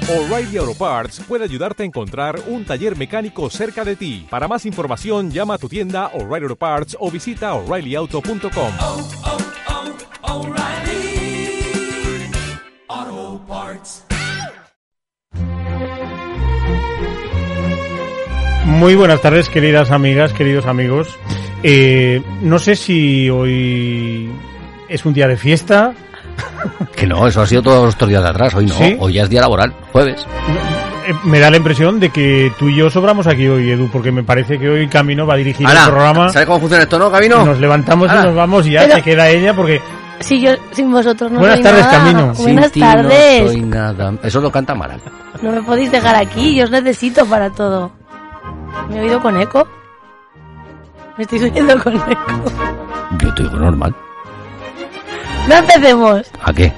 O'Reilly Auto Parts puede ayudarte a encontrar un taller mecánico cerca de ti. Para más información, llama a tu tienda O'Reilly Auto Parts o visita O'ReillyAuto.com. O'Reilly Auto Parts. Muy buenas tardes, queridas amigas, queridos amigos. No sé si hoy es un día de fiesta. Que no, eso ha sido todos estos días de atrás. Hoy no, ¿sí? Hoy ya es día laboral, jueves. Me da la impresión de que tú y yo sobramos aquí hoy, Edu, porque me parece que hoy Camino va a dirigir el programa. ¿Sabes cómo funciona esto, no, Camino? Nos levantamos y nos vamos y ya se queda ella porque... Si yo sin vosotros no Buenas soy tardes, nada. Camino. Buenas sin tardes. No soy nada. Eso lo canta Amaral. No me podéis dejar aquí, yo os necesito para todo. ¿Me he oído con eco? Me estoy oyendo con eco. Yo te digo normal. No empecemos. ¿A qué?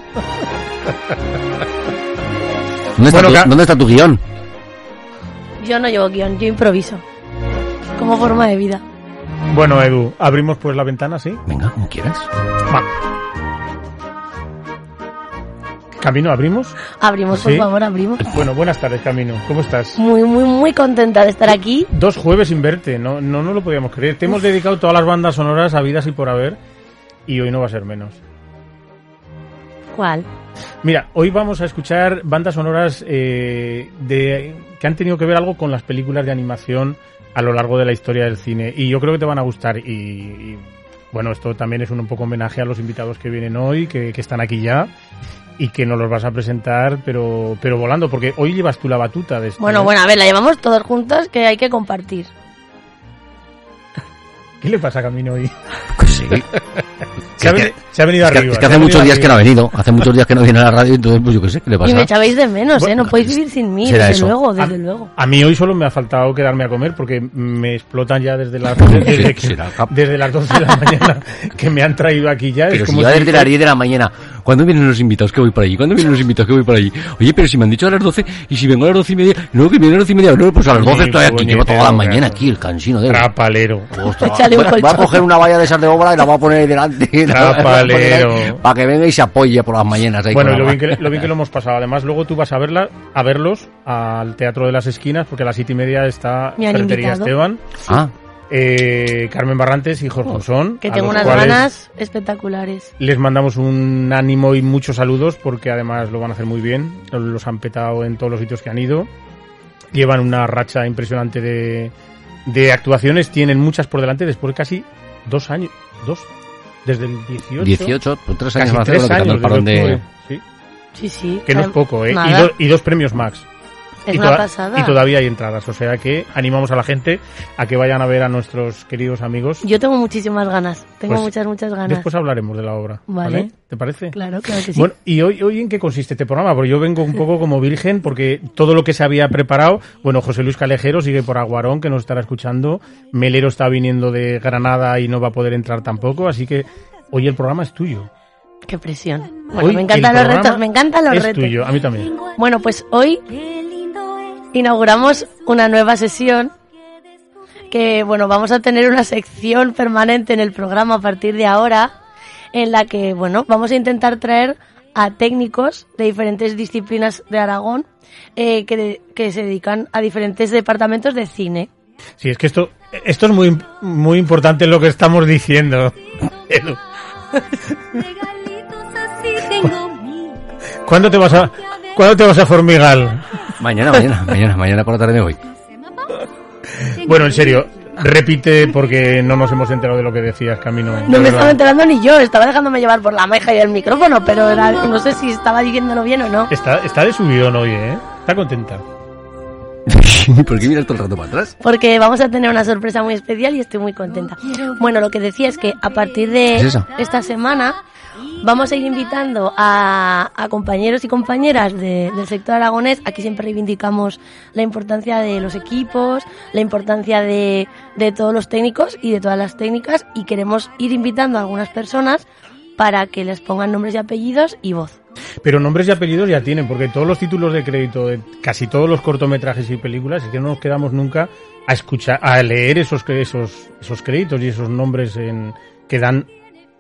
¿Dónde está tu guión? Yo no llevo guión, yo improviso. Como forma de vida. Bueno, Edu, abrimos pues la ventana, ¿sí? Venga, como quieras. Va. Camino, ¿abrimos? Abrimos, ¿Sí? por favor, abrimos. Bueno, buenas tardes, Camino. ¿Cómo estás? Muy contenta de estar aquí. 2 jueves sin verte, no lo podíamos creer. Te hemos dedicado todas las bandas sonoras habidas y por haber, y hoy no va a ser menos. ¿Cuál? Mira, hoy vamos a escuchar bandas sonoras que han tenido que ver algo con las películas de animación a lo largo de la historia del cine, y yo creo que te van a gustar. Y bueno, esto también es un poco homenaje a los invitados que vienen hoy, que están aquí ya, y que nos los vas a presentar, pero volando, porque hoy llevas tú la batuta de esto. Bueno, a ver, la llevamos todos juntos, que hay que compartir. ¿Qué le pasa a Camino hoy? Pues sí. Se ha venido arriba. Es que hace muchos días que no ha venido. Hace muchos días que no viene a la radio, entonces pues yo qué sé, ¿qué le pasa? Y me echabais de menos, bueno, no podéis vivir sin mí, será desde eso. luego, desde luego. A mí hoy solo me ha faltado quedarme a comer porque me explotan ya desde las 12 de la mañana que me han traído aquí ya. Pero es si como ya desde las 10 de la mañana. ¿Cuándo vienen los invitados que voy por allí? ¿Cuándo vienen los invitados que voy por allí? Oye, pero si me han dicho a las 12, y si vengo a las 12 y media, no, que vienen a las 12 y media, no, pues a las 12 estoy aquí, llevo toda la mañana aquí, el cansino de... Trapalero. Va a coger una valla de esas de obra y la va a poner ahí delante. Trapalero. Para que venga y se apoye por las mañanas. Ahí bueno, y lo bien que lo hemos pasado. Además, luego tú vas a verlos al Teatro de las Esquinas, porque a las 7:30 está Ferretería Esteban. Carmen Barrantes y Jorge Usón. Que tengo unas ganas espectaculares. Les mandamos un ánimo y muchos saludos, porque además lo van a hacer muy bien. Los han petado en todos los sitios que han ido. Llevan una racha impresionante de actuaciones. Tienen muchas por delante después de casi 2 años. Desde el 18, pues 3 años casi 3 años, el parón de... Sí. Que no es poco, ¿eh? Y 2 premios Max. Es una pasada. Y todavía hay entradas, o sea que animamos a la gente a que vayan a ver a nuestros queridos amigos. Yo tengo muchísimas ganas, muchas ganas. Después hablaremos de la obra, ¿vale? ¿Te parece? Claro que sí. Bueno, ¿y hoy en qué consiste este programa? Porque yo vengo un poco como virgen, porque todo lo que se había preparado, bueno, José Luis Calejero sigue por Aguarón, que nos estará escuchando, Melero está viniendo de Granada y no va a poder entrar tampoco, así que hoy el programa es tuyo. Qué presión. Bueno, me encantan los retos, Es tuyo, a mí también. Bueno, pues hoy inauguramos una nueva sesión que, bueno, vamos a tener una sección permanente en el programa a partir de ahora, en la que, bueno, vamos a intentar traer a técnicos de diferentes disciplinas de Aragón que se dedican a diferentes departamentos de cine. Sí, es que esto es muy importante lo que estamos diciendo, Edu. ¿Cuándo te vas a Formigal? Mañana por la tarde me voy. Bueno, en serio, repite porque no nos hemos enterado de lo que decías, Camino. No me estaba enterando ni yo, estaba dejándome llevar por la meja y el micrófono, pero no sé si estaba diciéndolo bien o no. Está de subidón hoy, ¿eh? Está contenta. ¿Por qué miras todo el rato para atrás? Porque vamos a tener una sorpresa muy especial y estoy muy contenta. Bueno, lo que decía es que a partir de esta semana vamos a ir invitando a compañeros y compañeras del sector aragonés. Aquí siempre reivindicamos la importancia de los equipos, la importancia de todos los técnicos y de todas las técnicas, y queremos ir invitando a algunas personas para que les pongan nombres y apellidos y voz. Pero nombres y apellidos ya tienen, porque todos los títulos de crédito de casi todos los cortometrajes y películas es que no nos quedamos nunca a leer esos créditos y esos nombres que dan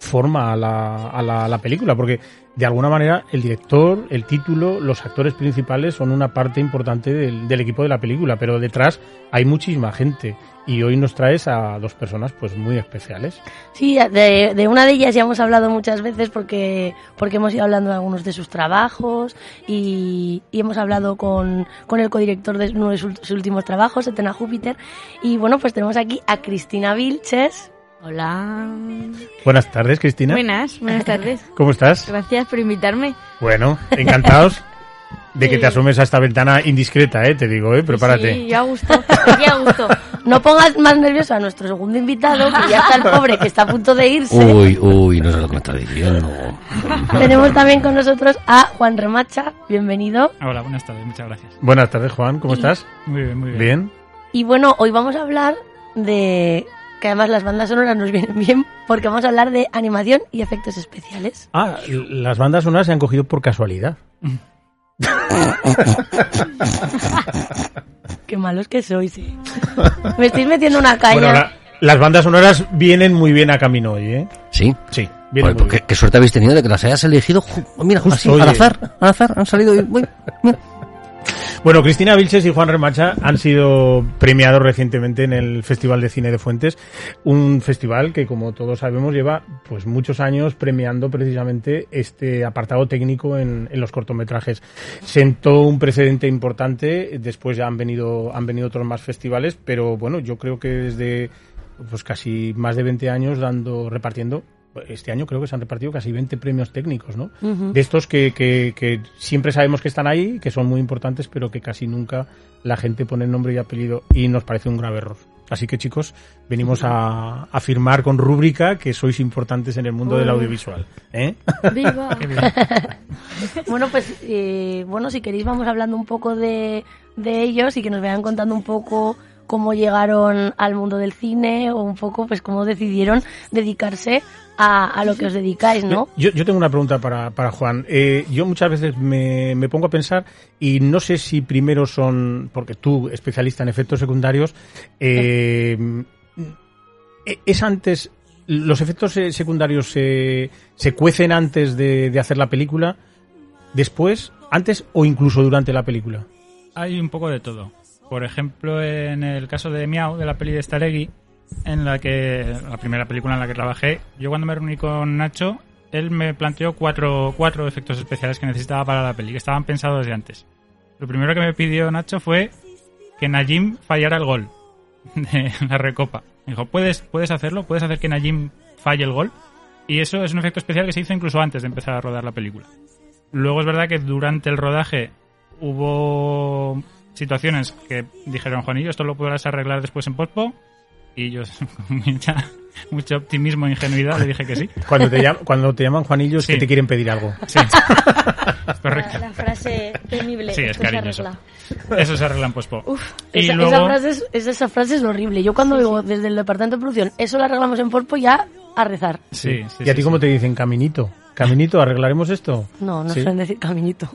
forma a la película, porque de alguna manera el director, el título, los actores principales son una parte importante del equipo de la película, pero detrás hay muchísima gente. Y hoy nos traes a dos personas pues muy especiales. Sí, de una de ellas ya hemos hablado muchas veces porque hemos ido hablando de algunos de sus trabajos y hemos hablado con el codirector de uno de sus últimos trabajos, Etena Júpiter. Y bueno, pues tenemos aquí a Cristina Vilches. Hola. Buenas tardes, Cristina. Buenas tardes. ¿Cómo estás? Gracias por invitarme. Bueno, encantados de que te asomes a esta ventana indiscreta, te digo, prepárate. Sí, yo a gusto, aquí a gusto. No pongas más nervioso a nuestro segundo invitado, que ya está el pobre, que está a punto de irse. Uy, no sé lo que me está diciendo. Tenemos también con nosotros a Juan Remacha. Bienvenido. Hola, buenas tardes, muchas gracias. Buenas tardes, Juan, ¿cómo estás? Muy bien, muy bien. ¿Bien? Y bueno, hoy vamos a hablar de... que además las bandas sonoras nos vienen bien, porque vamos a hablar de animación y efectos especiales. Ah, las bandas sonoras se han cogido por casualidad. Qué malos que sois, Me estáis metiendo una caña. Bueno, las bandas sonoras vienen muy bien a camino hoy, ¿eh? ¿Sí? Sí, vienen muy bien. ¿Qué suerte habéis tenido de que las hayas elegido? Mira, Justo, así, oye. al azar, han salido... Mira. Bueno, Cristina Vilches y Juan Remacha han sido premiados recientemente en el Festival de Cine de Fuentes, un festival que, como todos sabemos, lleva pues muchos años premiando precisamente este apartado técnico en los cortometrajes. Sentó un precedente importante, después ya han venido otros más festivales, pero bueno, yo creo que desde pues casi más de 20 años repartiendo. Este año creo que se han repartido casi 20 premios técnicos, ¿no? Uh-huh. De estos que siempre sabemos que están ahí, que son muy importantes, pero que casi nunca la gente pone nombre y apellido, y nos parece un grave error. Así que, chicos, venimos a afirmar con rúbrica que sois importantes en el mundo del audiovisual. ¡Viva! Bueno, pues, si queréis vamos hablando un poco de ellos y que nos vayan contando un poco cómo llegaron al mundo del cine o un poco pues cómo decidieron dedicarse a lo que os dedicáis, ¿no? Yo tengo una pregunta para Juan. Yo muchas veces me pongo a pensar y no sé si primero son, porque tú, especialista en efectos secundarios, es antes, los efectos secundarios se cuecen antes de hacer la película, después, antes o incluso durante la película. Hay un poco de todo. Por ejemplo, en el caso de Miau, de la peli de Staregui, la primera película en la que trabajé, yo cuando me reuní con Nacho, él me planteó cuatro efectos especiales que necesitaba para la peli, que estaban pensados desde antes. Lo primero que me pidió Nacho fue que Najim fallara el gol de la Recopa. Me dijo, ¿puedes hacerlo? ¿Puedes hacer que Najim falle el gol? Y eso es un efecto especial que se hizo incluso antes de empezar a rodar la película. Luego es verdad que durante el rodaje hubo situaciones que dijeron, Juanillo, esto lo podrás arreglar después en postpo, y yo con mucho optimismo e ingenuidad le dije que sí. Cuando te llaman Juanillo es que te quieren pedir algo. Sí, correcto. La frase temible. Sí, es cariñoso. Eso se arregla en postpo. Esa frase es horrible. Yo cuando digo desde el departamento de producción, eso lo arreglamos en postpo, ya a rezar. Sí. ¿Y a ti cómo te dicen? Caminito, ¿arreglaremos esto? No suelen decir caminito.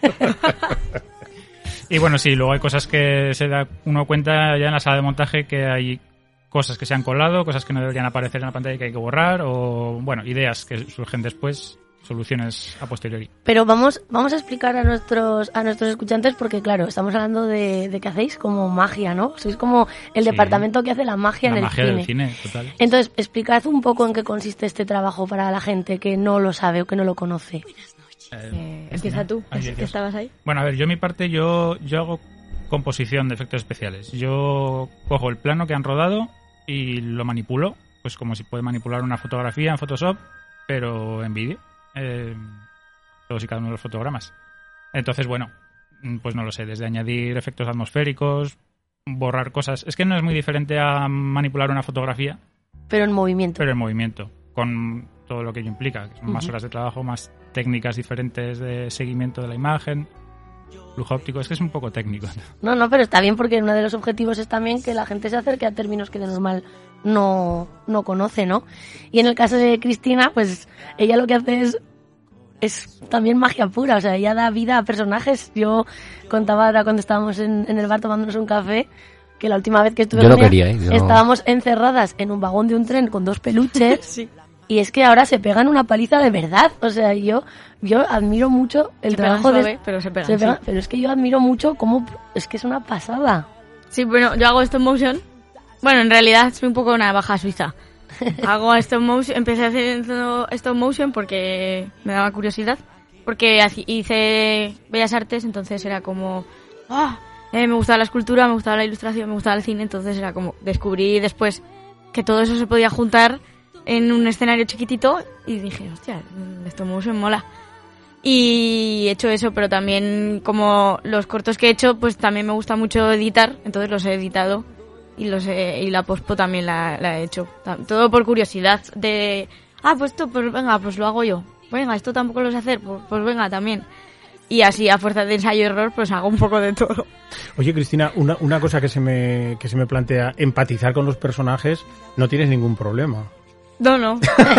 Y bueno, sí, luego hay cosas que se da uno cuenta ya en la sala de montaje, que hay cosas que se han colado, cosas que no deberían aparecer en la pantalla y que hay que borrar, o bueno, ideas que surgen después, soluciones a posteriori. Pero vamos a explicar a nuestros escuchantes, porque claro, estamos hablando de que hacéis como magia, ¿no? Sois como el departamento que hace la magia en el cine. La magia del cine, total. Entonces, explicad un poco en qué consiste este trabajo para la gente que no lo sabe o que no lo conoce. Empieza tú, que estabas ahí. Bueno, a ver, yo mi parte, yo hago composición de efectos especiales. Yo cojo el plano que han rodado y lo manipulo, pues como si puede manipular una fotografía en Photoshop, pero en vídeo, todos y cada uno de los fotogramas. Entonces, bueno, pues no lo sé, desde añadir efectos atmosféricos, borrar cosas. Es que no es muy diferente a manipular una fotografía. Pero en movimiento. Con todo lo que ello implica, que son más horas de trabajo, más técnicas diferentes de seguimiento de la imagen, flujo óptico, es que es un poco técnico. No, pero está bien, porque uno de los objetivos es también que la gente se acerque a términos que de normal no conoce, ¿no? Y en el caso de Cristina, pues ella lo que hace es también magia pura, o sea, ella da vida a personajes. Yo contaba ahora cuando estábamos en el bar tomándonos un café, que la última vez que estuve con ella, estábamos encerradas en un vagón de un tren con 2 peluches. Sí. y es que ahora se pegan una paliza de verdad. O sea, yo admiro mucho el trabajo suave, pero se pegan, sí. Pero es que yo admiro mucho cómo... Es que es una pasada. Sí, bueno, yo hago stop motion. Bueno, en realidad soy un poco una baja suiza. Hago stop motion, empecé haciendo stop motion porque me daba curiosidad. Porque hice Bellas Artes, entonces era como... me gustaba la escultura, me gustaba la ilustración, me gustaba el cine, entonces era como... Descubrí después que todo eso se podía juntar en un escenario chiquitito y dije, hostia, stop motion mola. Y he hecho eso, pero también como los cortos que he hecho, pues también me gusta mucho editar, entonces los he editado y la pospo también la he hecho. Todo por curiosidad de, pues esto, pues venga, pues lo hago yo. Venga, esto tampoco lo sé hacer, pues venga también. Y así, a fuerza de ensayo y error, pues hago un poco de todo. Oye, Cristina, una cosa que se me plantea, empatizar con los personajes, no tienes ningún problema. No.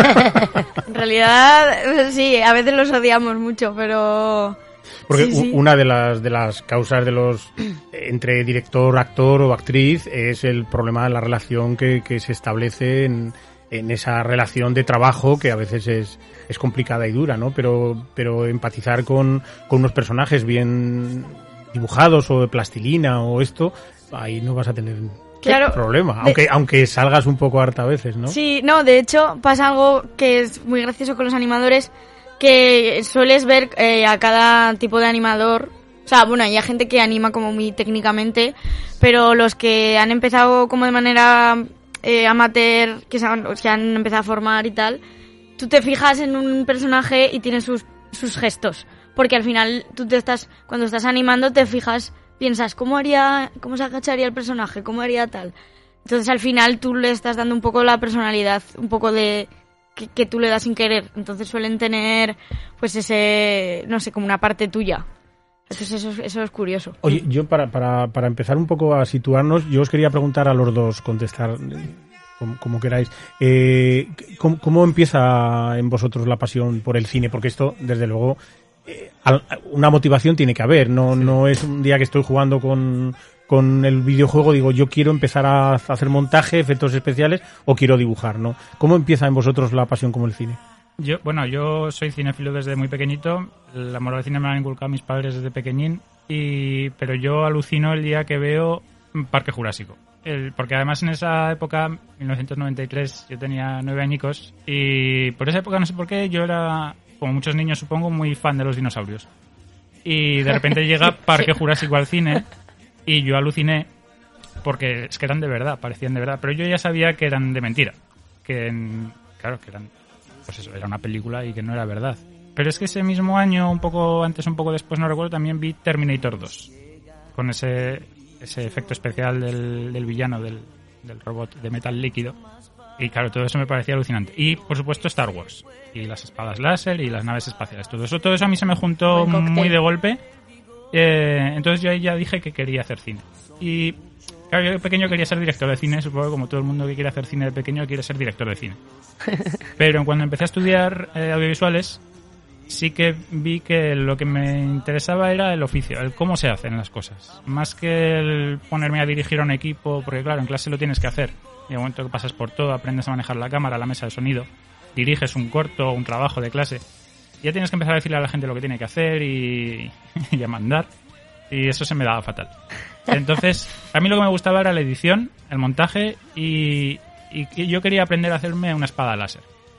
En realidad, sí, a veces los odiamos mucho, pero... Porque sí. Una de las causas de los entre director, actor o actriz es el problema de la relación que se establece en esa relación de trabajo que a veces es complicada y dura, ¿no? Pero empatizar con unos personajes bien dibujados o de plastilina o esto, ahí no vas a tener... Claro, problema, aunque salgas un poco harta a veces, ¿no? Sí, no, de hecho pasa algo que es muy gracioso con los animadores, que sueles ver a cada tipo de animador, o sea, bueno, hay gente que anima como muy técnicamente, pero los que han empezado como de manera amateur, que se han empezado a formar y tal, tú te fijas en un personaje y tiene sus gestos, porque al final cuando estás animando te fijas, piensas, ¿cómo se agacharía el personaje? ¿Cómo haría tal? Entonces al final tú le estás dando un poco la personalidad, un poco de que tú le das sin querer. Entonces suelen tener pues ese, no sé, como una parte tuya. Entonces eso es curioso. Oye, yo para empezar un poco a situarnos, yo os quería preguntar a los dos, contestar como queráis. ¿Cómo empieza en vosotros la pasión por el cine? Porque esto, desde luego... una motivación tiene que haber, no es un día que estoy jugando con el videojuego, digo, yo quiero empezar a hacer montaje, efectos especiales o quiero dibujar, ¿no? ¿Cómo empieza en vosotros la pasión como el cine? Yo soy cinéfilo desde muy pequeñito, el amor al cine me lo han inculcado mis padres desde pequeñín, pero yo alucino el día que veo Parque Jurásico. Porque además en esa época, 1993, yo tenía 9 añicos y por esa época, no sé por qué, yo era... como muchos niños supongo, muy fan de los dinosaurios. Y de repente llega Parque Jurásico al cine y yo aluciné porque es que eran de verdad, parecían de verdad, pero yo ya sabía que eran de mentira. Claro, que eran, pues eso, era una película y que no era verdad. Pero es que ese mismo año, un poco antes, un poco después, no recuerdo, también vi Terminator 2. Con ese efecto especial del villano, del robot de metal líquido. Y claro, todo eso me parecía alucinante. Y, por supuesto, Star Wars. Y las espadas láser y las naves espaciales. Todo eso a mí se me juntó muy de golpe. Entonces yo ahí ya dije que quería hacer cine. Y, claro, yo de pequeño quería ser director de cine. Supongo que como todo el mundo que quiere hacer cine de pequeño quiere ser director de cine. Pero cuando empecé a estudiar audiovisuales, sí que vi que lo que me interesaba era el oficio, el cómo se hacen las cosas. Más que el ponerme a dirigir a un equipo, porque claro, en clase lo tienes que hacer. Y en el momento que pasas por todo, aprendes a manejar la cámara, la mesa de sonido, diriges un corto, un trabajo de clase, ya tienes que empezar a decirle a la gente lo que tiene que hacer y a mandar. Y eso se me daba fatal. Entonces, a mí lo que me gustaba era la edición, el montaje y yo quería aprender a hacerme una espada láser.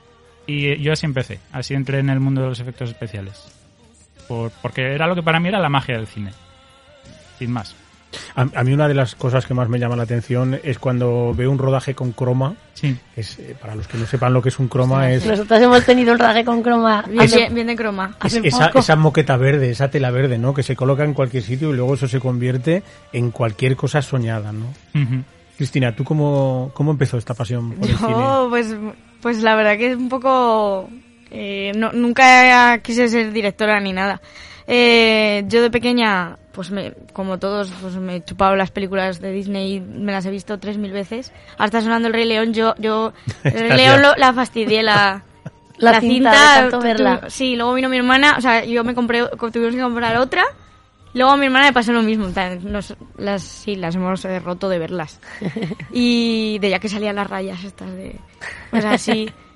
Y yo así empecé, así entré en el mundo de los efectos especiales. Porque era lo que para mí era la magia del cine. Sin más. A mí una de las cosas que más me llama la atención es cuando veo un rodaje con croma. Sí. Para los que no sepan lo que es un croma, es... Nosotros hemos tenido un rodaje con croma. Bien de croma. Esa moqueta verde, esa tela verde, ¿no? Que se coloca en cualquier sitio y luego eso se convierte en cualquier cosa soñada, ¿no? Uh-huh. Cristina, ¿tú cómo empezó esta pasión por el cine? Pues la verdad que es un poco... nunca quise ser directora ni nada. Yo de pequeña, pues como todos, pues me he chupado las películas de Disney y me las he visto 3.000 veces. Ahora está sonando El Rey León, yo El Rey León la fastidié, la cinta de tanto verla. Sí, luego vino mi hermana, o sea, tuvimos que comprar otra. Luego a mi hermana me pasó lo mismo, las hemos roto de verlas. Y de ya que salían las rayas estas de... Pues así...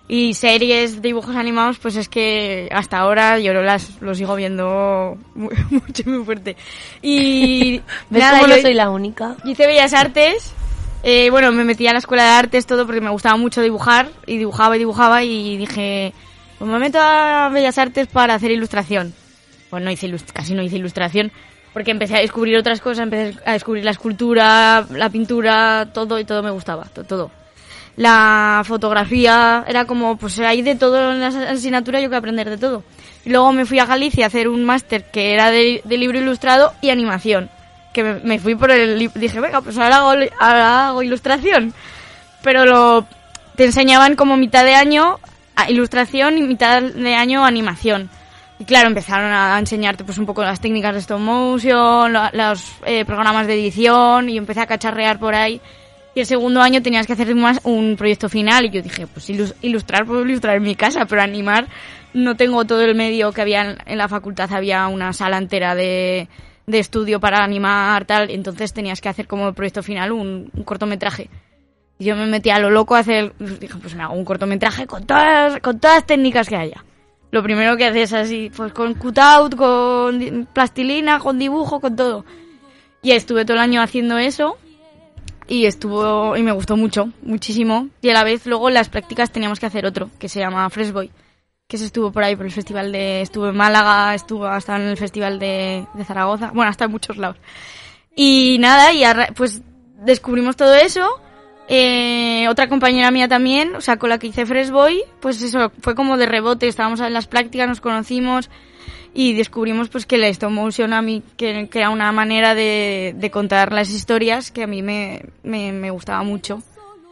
Y series, dibujos animados, pues es que hasta ahora yo lo sigo viendo mucho, muy fuerte. Y ¿Ves nada, cómo yo no soy la única? hice Bellas Artes. Bueno, me metí a la escuela de artes todo porque me gustaba mucho dibujar. Y dibujaba y dije, pues me meto a Bellas Artes para hacer ilustración. Pues casi no hice ilustración. Porque empecé a descubrir otras cosas, empecé a descubrir la escultura, la pintura, todo, y todo me gustaba, todo. La fotografía, era como, pues hay de todo en la asignatura, yo que aprender de todo. Y luego me fui a Galicia a hacer un máster que era de libro ilustrado y animación. Que me fui por dije, venga, pues ahora hago ilustración. Pero te enseñaban como mitad de año ilustración y mitad de año animación. Y claro, empezaron a enseñarte pues un poco las técnicas de stop motion, los programas de edición, y empecé a cacharrear por ahí. Y el segundo año tenías que hacer un proyecto final, y yo dije, pues ilustrar, puedo ilustrar en mi casa, pero animar no tengo todo el medio que había en la facultad. Había una sala entera de estudio para animar, tal, entonces tenías que hacer como proyecto final un cortometraje. Y yo me metí a lo loco a hacer, dije, pues me hago un cortometraje con todas las técnicas que haya. Lo primero que haces así, pues con cutout, con plastilina, con dibujo, con todo. Y estuve todo el año haciendo eso. Y me gustó muchísimo. Y a la vez luego en las prácticas teníamos que hacer otro, que se llama Fresh Boy, que se estuvo por ahí por el festival estuvo en Málaga, estuvo hasta en el festival de Zaragoza, bueno, hasta en muchos lados. Y nada, pues descubrimos todo eso. Otra compañera mía también, o sea, con la que hice Fresh Boy, pues eso, fue como de rebote, estábamos en las prácticas, nos conocimos y descubrimos pues que el stop motion a mí, que era una manera de contar las historias que a mí me gustaba mucho.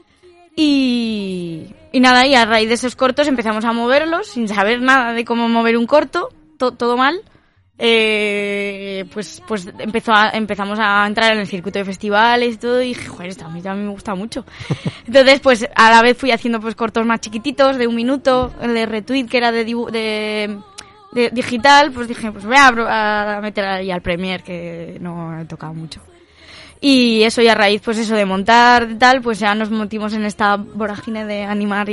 Y nada, y a raíz de esos cortos empezamos a moverlos sin saber nada de cómo mover un corto, todo mal. Pues empezamos a entrar en el circuito de festivales y todo, y dije, joder, esto a mí también me gusta mucho. Entonces, pues a la vez fui haciendo pues cortos más chiquititos, de 1 minuto, el de retweet, que era de digital, pues dije, pues voy a meter ahí al Premiere, que no he tocado mucho. Y eso, y a raíz, pues eso, de montar y tal, pues ya nos metimos en esta vorágine de animar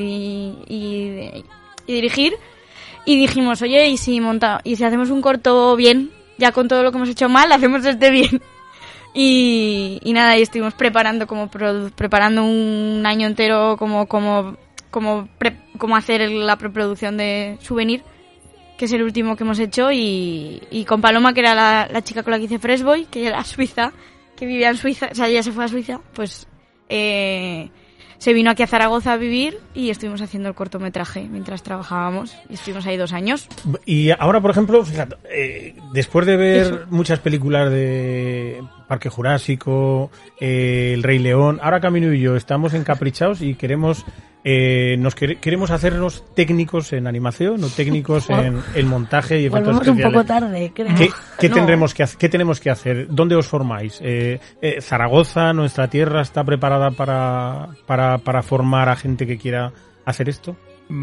y dirigir. Y dijimos, oye, ¿y si hacemos un corto bien? Ya con todo lo que hemos hecho mal, hacemos este bien. Y nada, y estuvimos preparando un año entero como hacer la preproducción de Souvenir, que es el último que hemos hecho, y con Paloma, que era la chica con la que hice Fresh Boy, que era suiza, que vivía en Suiza, o sea, ella se fue a Suiza, pues se vino aquí a Zaragoza a vivir y estuvimos haciendo el cortometraje mientras trabajábamos, y estuvimos ahí 2 años. Y ahora, por ejemplo, fíjate, después de ver muchas películas de Parque Jurásico, El Rey León, ahora Camino y yo estamos encaprichados y queremos hacernos técnicos en animación o técnicos en montaje y efectos especiales. Un poco tarde, creo. ¿Qué tenemos que hacer? ¿Dónde os formáis? ¿Zaragoza, nuestra tierra, está preparada para formar a gente que quiera hacer esto?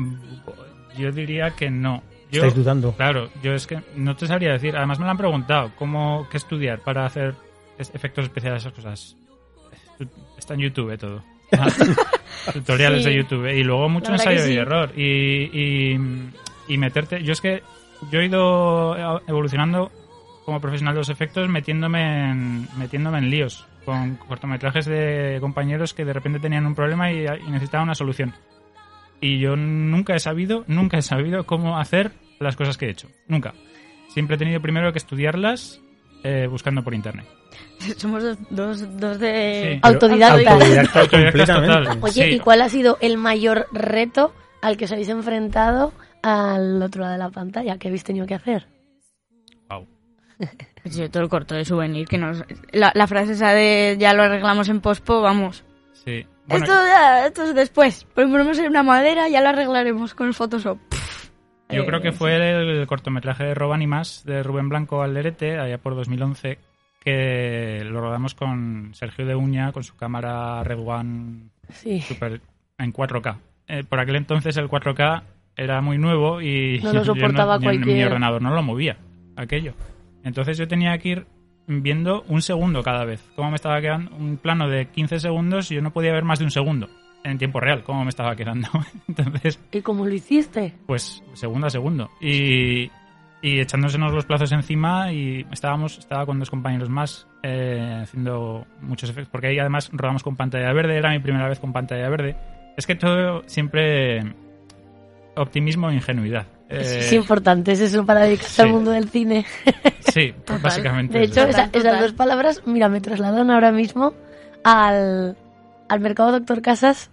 Yo diría que no. ¿Estáis dudando? Claro, yo es que no te sabría decir. Además me lo han preguntado, ¿qué estudiar para hacer efectos especiales, esas cosas? Está en YouTube todo. Tutoriales de YouTube y luego mucho ensayo y error y meterte. Yo he ido evolucionando como profesional de los efectos metiéndome en líos con cortometrajes de compañeros que de repente tenían un problema y necesitaban una solución, y yo nunca he sabido cómo hacer las cosas que he hecho, siempre he tenido primero que estudiarlas buscando por internet. Somos dos de sí, autodidactas completamente. Oye, ¿y cuál ha sido el mayor reto al que os habéis enfrentado al otro lado de la pantalla? ¿Qué habéis tenido que hacer? Wow. Pues todo el corto de Souvenir, que la frase esa de ya lo arreglamos en pospo, vamos. Sí. Bueno, esto es después. Ponemos en una madera, ya lo arreglaremos con el Photoshop. Yo creo que fue el cortometraje de Roba Animas de Rubén Blanco Alderete, allá por 2011, que lo rodamos con Sergio de Uña, con su cámara Red One super en 4K. Por aquel entonces el 4K era muy nuevo y no lo soportaba mi ordenador no lo movía, aquello. Entonces yo tenía que ir viendo 1 segundo cada vez. Como me estaba quedando un plano de 15 segundos y yo no podía ver más de 1 segundo. en tiempo real cómo me estaba quedando. Entonces, ¿Y cómo lo hiciste? pues segundo a segundo. Y echándosenos los plazos encima y estaba con 2 compañeros más haciendo muchos efectos, porque ahí además rodamos con pantalla verde, era mi primera vez con pantalla verde. Es que todo siempre optimismo e ingenuidad. Es importante, es eso para dedicarse al mundo del cine. Sí, básicamente. De hecho, esas 2 palabras, mira, me trasladan ahora mismo al mercado Doctor Casas.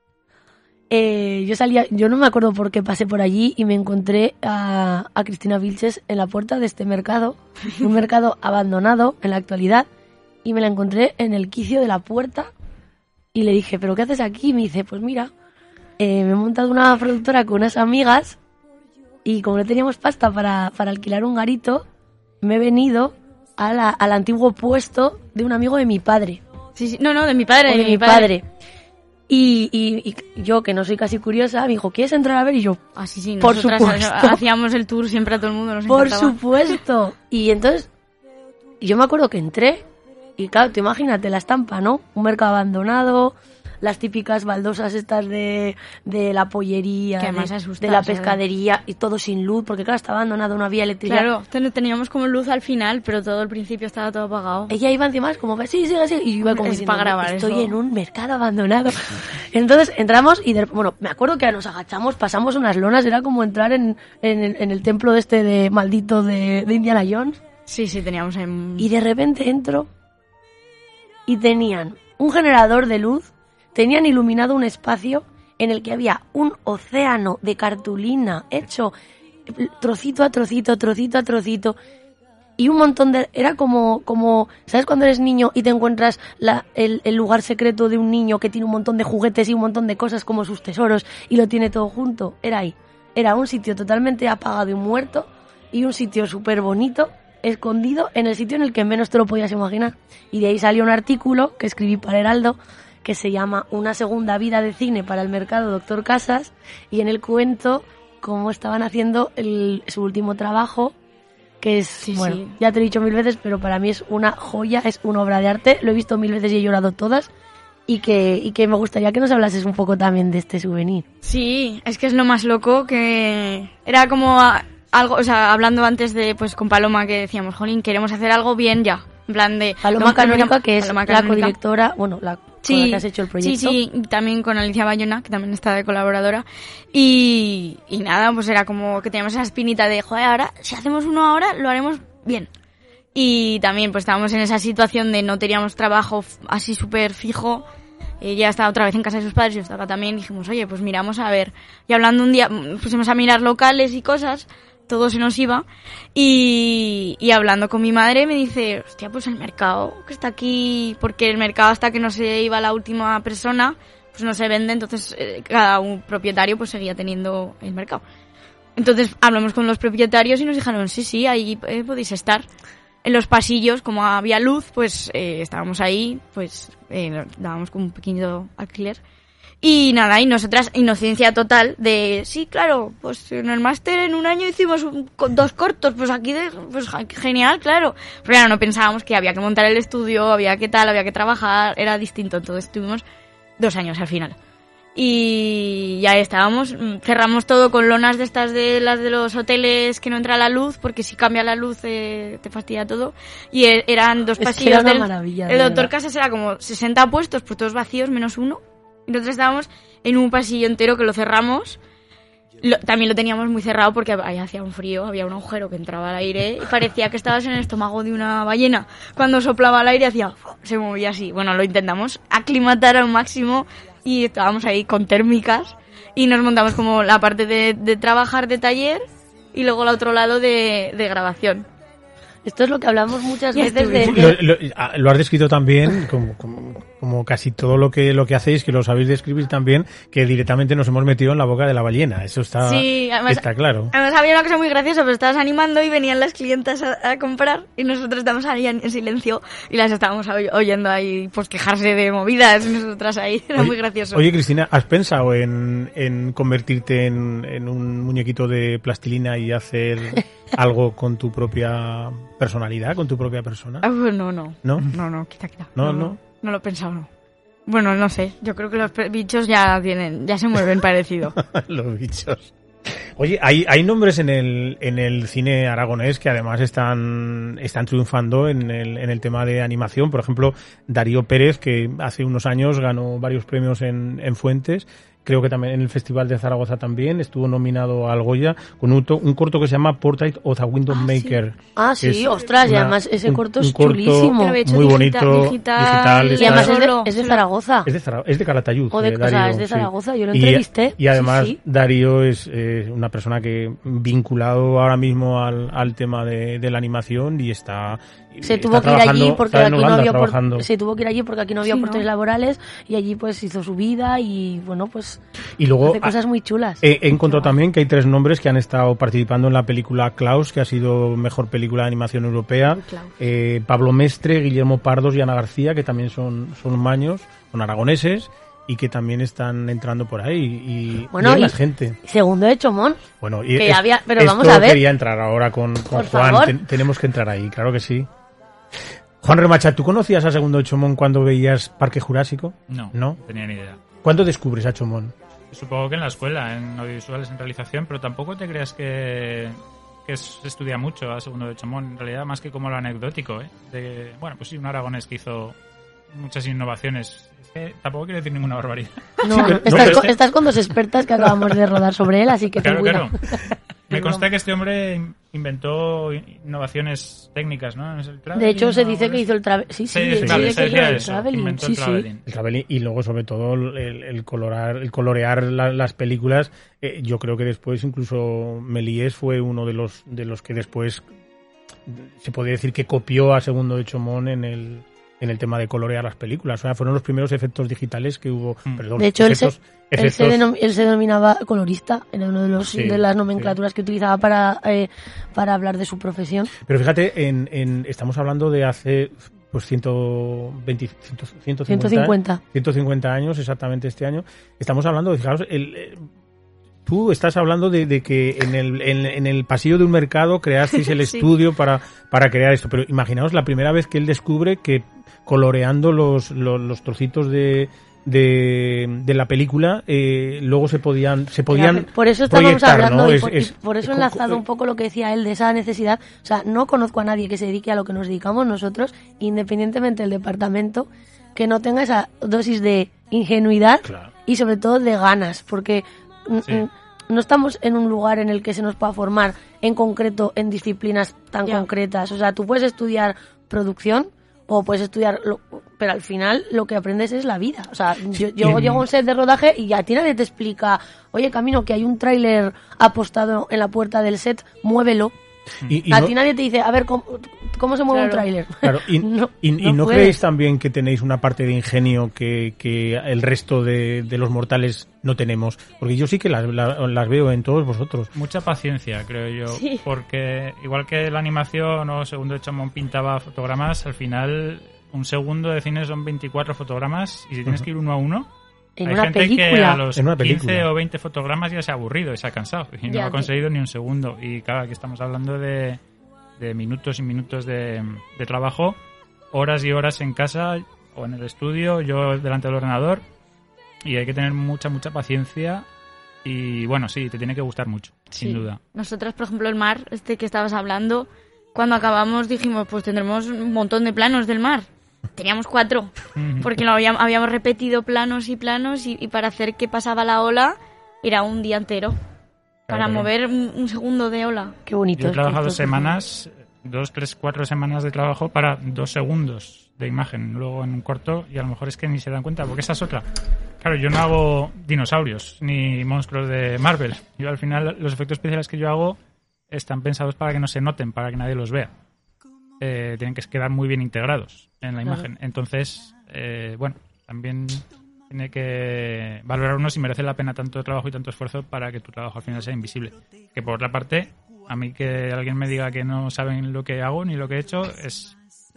Yo no me acuerdo por qué pasé por allí y me encontré a Cristina Vilches en la puerta de este mercado, un mercado abandonado en la actualidad, y me la encontré en el quicio de la puerta y le dije, ¿pero qué haces aquí? Y me dice, pues mira, me he montado una productora con unas amigas y como no teníamos pasta para alquilar un garito, me he venido al antiguo puesto de un amigo de mi padre. Sí, no, de mi padre. De mi padre. Y yo, que no soy casi curiosa, me dijo, ¿quieres entrar a ver? Y yo, sí, por nosotras supuesto. Hacíamos el tour siempre a todo el mundo, nos por encantaba. Supuesto. Y entonces, yo me acuerdo que entré, y claro, tú imagínate la estampa, ¿no? Un mercado abandonado, las típicas baldosas estas de la pollería, que además asusta, de la pescadería, y todo sin luz, porque claro, estaba abandonado, no había electricidad. Claro, teníamos como luz al final, pero todo el principio estaba todo apagado. Ella iba encima, como que sí, y yo iba como diciendo, para grabar estoy eso. en un mercado abandonado. Entonces entramos y, me acuerdo que nos agachamos, pasamos unas lonas, era como entrar en el templo de maldito de Indiana Jones. Sí, teníamos ahí... Y de repente entro y tenían un generador de luz, tenían iluminado un espacio en el que había un océano de cartulina hecho trocito a trocito, trocito a trocito, y un montón de... Era como ¿sabes cuando eres niño y te encuentras el lugar secreto de un niño que tiene un montón de juguetes y un montón de cosas como sus tesoros y lo tiene todo junto? Era ahí. Era un sitio totalmente apagado y muerto y un sitio súper bonito, escondido en el sitio en el que menos te lo podías imaginar. Y de ahí salió un artículo que escribí para Heraldo que se llama Una segunda vida de cine para el mercado Doctor Casas, y en el cuento cómo estaban haciendo su último trabajo, que es, ya te he dicho 1000 veces, pero para mí es una joya, es una obra de arte, lo he visto 1000 veces y he llorado todas, y que me gustaría que nos hablases un poco también de este souvenir. Sí, es que es lo más loco, que era como algo, o sea, hablando antes de, pues con Paloma, que decíamos, jolín, queremos hacer algo bien ya, en plan de... Paloma Canónica, que es Paloma la codirectora, con la que has hecho el proyecto. Sí, también con Alicia Bayona, que también está de colaboradora. Y nada, pues era como que teníamos esa espinita de, joder, ahora, si hacemos uno ahora, lo haremos bien. Y también pues estábamos en esa situación de no teníamos trabajo así súper fijo. Ella estaba otra vez en casa de sus padres, yo estaba también, y dijimos, oye, pues miramos a ver. Y hablando un día, pusimos a mirar locales y cosas, todo se nos iba, y hablando con mi madre me dice, hostia, pues el mercado que está aquí, porque el mercado hasta que no se iba la última persona, pues no se vende, entonces cada un propietario pues seguía teniendo el mercado. Entonces hablamos con los propietarios y nos dijeron, sí, ahí podéis estar. En los pasillos, como había luz, pues estábamos ahí, pues dábamos como un pequeño alquiler. Y nada, y nosotras, inocencia total de, sí, claro, pues en el máster en un año hicimos 2 cortos, pues aquí, pues genial, claro. Pero claro, no pensábamos que había que montar el estudio, había que trabajar, era distinto. Entonces tuvimos 2 años al final. Y ya estábamos, cerramos todo con lonas de estas de las de los hoteles que no entra la luz, porque si cambia la luz te fastidia todo. Y eran 2 pasillos era una maravilla, el Doctor Casas era como 60 puestos, pues todos vacíos, menos uno. Nosotros estábamos en un pasillo entero que lo cerramos. También lo teníamos muy cerrado porque ahí hacía un frío, había un agujero que entraba al aire y parecía que estabas en el estómago de una ballena. Cuando soplaba el aire hacía, se movía así. Bueno, lo intentamos aclimatar al máximo y estábamos ahí con térmicas y nos montamos como la parte de trabajar de taller y luego el otro lado de grabación. Esto es lo que hablamos muchas veces Lo has descrito también, como casi todo lo que hacéis, que lo sabéis describir también, que directamente nos hemos metido en la boca de la ballena. Eso está, sí, además, está claro. Además había una cosa muy graciosa, pero estabas animando y venían las clientas a comprar y nosotros estábamos ahí en silencio y las estábamos oyendo ahí pues quejarse de movidas y nosotras ahí. Era muy gracioso. Oye, Cristina, ¿has pensado en convertirte en un muñequito de plastilina y hacer algo con tu propia personalidad, con tu propia persona? No. ¿No? No, quita. No. No lo he pensado, no. Bueno, no sé, yo creo que los bichos ya se mueven parecido. Los bichos. Oye, hay nombres en el cine aragonés que además están triunfando en el tema de animación. Por ejemplo, Darío Pérez, que hace unos años ganó varios premios en Fuentes. Creo que también en el Festival de Zaragoza también estuvo nominado al Goya con un corto que se llama Portrait of a Window Maker. Sí, ostras, y además ese corto es chulísimo. Muy bonito, digital. Y además es de Zaragoza. Es de Calatayud. Es de Zaragoza, yo lo entrevisté. Y además Darío es una persona que vinculado ahora mismo al tema de la animación y se tuvo que ir allí porque aquí no había oportunidades laborales y allí pues hizo su vida y bueno, pues y luego hace cosas muy chulas. He encontrado también que hay 3 nombres que han estado participando en la película Klaus, que ha sido mejor película de animación europea. Pablo Mestre, Guillermo Pardos y Ana García, que también son maños, son aragoneses y que también están entrando por ahí y más gente. Segundo de Chomón. Bueno, pero vamos a ver. Quería entrar ahora con Juan. Tenemos que entrar ahí, claro que sí. Juan Remacha, ¿tú conocías a Segundo de Chomón cuando veías Parque Jurásico? No tenía ni idea. ¿Cuándo descubres a Chomón? Supongo que en la escuela, en audiovisuales, en realización, pero tampoco te creas que se estudia mucho a Segundo de Chomón, en realidad más que como lo anecdótico, pues sí, un aragonés que hizo muchas innovaciones. Es que tampoco quiero decir ninguna barbaridad. Estás con 2 expertas que acabamos de rodar sobre él, así que claro. Me consta que este hombre inventó innovaciones técnicas, ¿no? De hecho, se dice que hizo el traveling. El traveling y luego, sobre todo, el colorear las películas. Yo creo que después, incluso Méliès fue uno de los que después se podría decir que copió a Segundo de Chomón en el tema de colorear las películas. O sea, fueron los primeros efectos digitales que hubo. De hecho, él se denominaba colorista, era uno de las nomenclaturas que utilizaba para hablar de su profesión. Pero fíjate, estamos hablando de hace 150 años, exactamente este año. Estamos hablando, fijaros, tú estás hablando de que en el pasillo de un mercado creasteis el estudio para crear esto. Pero imaginaos la primera vez que él descubre que coloreando los trocitos de la película luego se podían por eso estábamos hablando, ¿no? y por eso he enlazado un poco lo que decía él de esa necesidad. O sea, no conozco a nadie que se dedique a lo que nos dedicamos nosotros, independientemente del departamento, que no tenga esa dosis de ingenuidad y sobre todo de ganas, porque no estamos en un lugar en el que se nos pueda formar en concreto en disciplinas tan concretas. O sea, tú puedes estudiar producción o puedes estudiar, pero al final lo que aprendes es la vida. O sea, yo llego a un set de rodaje y a ti nadie te explica, oye, Camino, que hay un tráiler apostado en la puerta del set, muévelo. A ti nadie te dice, a ver, ¿cómo se mueve un tráiler? Claro, ¿no creéis también que tenéis una parte de ingenio que el resto de los mortales no tenemos? Porque yo sí que las veo en todos vosotros. Mucha paciencia, creo yo, porque igual que la animación o Segundo de Chomón pintaba fotogramas, al final un segundo de cine son 24 fotogramas y si tienes que ir uno a uno, hay gente película. Que a los 15 o 20 fotogramas ya se ha aburrido y se ha cansado y no ha conseguido ni un segundo. Y claro, aquí estamos hablando de minutos y minutos de trabajo, horas y horas en casa o en el estudio, yo delante del ordenador, y hay que tener mucha paciencia y bueno, sí, te tiene que gustar mucho, sin duda. Nosotros, por ejemplo, el mar, que estabas hablando, cuando acabamos dijimos, pues tendremos un montón de planos del mar. Teníamos 4, porque habíamos repetido planos y para hacer que pasaba la ola era un día entero. Para mover un segundo de ola. Qué bonito. Yo he trabajado 2 semanas, 2, 3, 4 semanas de trabajo para 2 segundos de imagen. Luego en un corto, y a lo mejor es que ni se dan cuenta, porque esa es otra. Claro, yo no hago dinosaurios ni monstruos de Marvel. Yo al final los efectos especiales que yo hago están pensados para que no se noten, para que nadie los vea. Tienen que quedar muy bien integrados en la imagen. Entonces, también tiene que valorar uno si merece la pena tanto trabajo y tanto esfuerzo para que tu trabajo al final sea invisible. Que por otra parte, a mí que alguien me diga que no saben lo que hago ni lo que he hecho es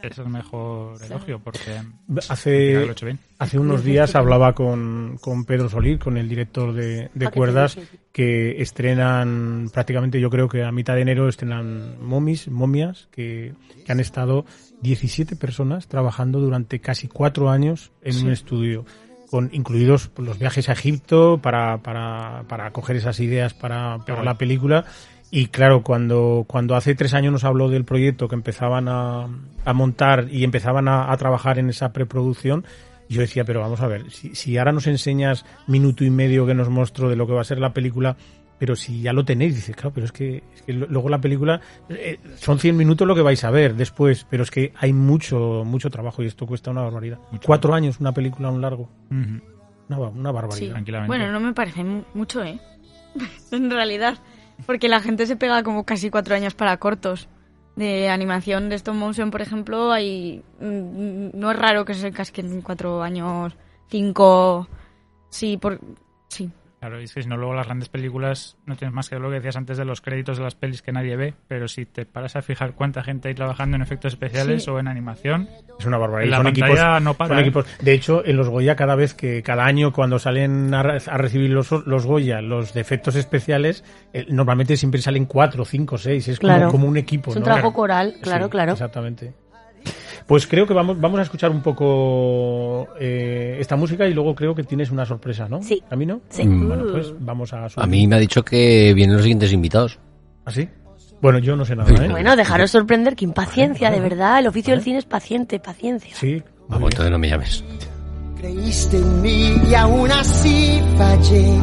es el mejor elogio, porque hace unos días hablaba con Pedro Solís, con el director de Cuerdas, que estrenan prácticamente, yo creo que a mitad de enero estrenan Momias, que han estado 17 personas trabajando durante casi 4 años en un estudio, incluidos los viajes a Egipto para coger esas ideas para la película. Y claro, cuando hace 3 años nos habló del proyecto que empezaban a montar y empezaban a trabajar en esa preproducción, yo decía, pero vamos a ver, si ahora nos enseñas minuto y medio que nos mostró de lo que va a ser la película, pero si ya lo tenéis, dices, claro, pero es que luego la película son 100 minutos lo que vais a ver después, pero es que hay mucho trabajo y esto cuesta una barbaridad. 4 años una película a un largo. Una barbaridad. Sí. Tranquilamente. Bueno, no me parece mucho, en realidad. Porque la gente se pega como casi 4 años para cortos. De animación de stop motion, por ejemplo, no es raro que se casquen 4 años, 5... Sí. Claro, y es que si no, luego las grandes películas no tienes más que lo que decías antes de los créditos de las pelis que nadie ve, pero si te paras a fijar cuánta gente hay trabajando en efectos especiales o en animación, es una barbaridad. La pantalla no para. Son equipos. De hecho, en los Goya, cada año cuando salen a recibir los Goya, los de efectos especiales, normalmente siempre salen 4, 5, 6. Es como un equipo. Es un trabajo coral, claro. Exactamente. Pues creo que vamos a escuchar un poco esta música y luego creo que tienes una sorpresa, ¿no? Sí. ¿A mí no? Sí. Bueno, pues vamos a subir. A mí me ha dicho que vienen los siguientes invitados. ¿Ah, sí? Bueno, yo no sé nada, ¿eh? Bueno, dejaros sorprender, que impaciencia, de verdad. El oficio del cine es paciencia. Sí. Vamos, entonces no me llames. Creíste en mí y aún así fallé.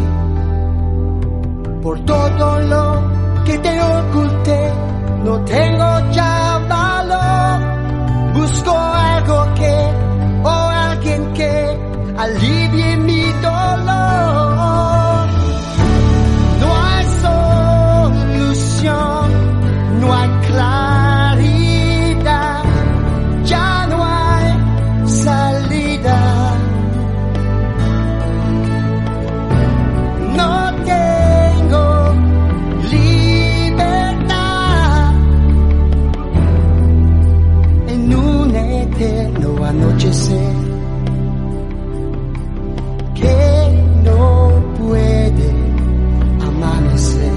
Por todo lo que te oculté, no tengo ya valor. Busco algo o alguien que alivie mi dolor. No hay solución, no hay claridad, ya no hay salida. No tengo libertad en un eterno anochecer que no puede amanecer.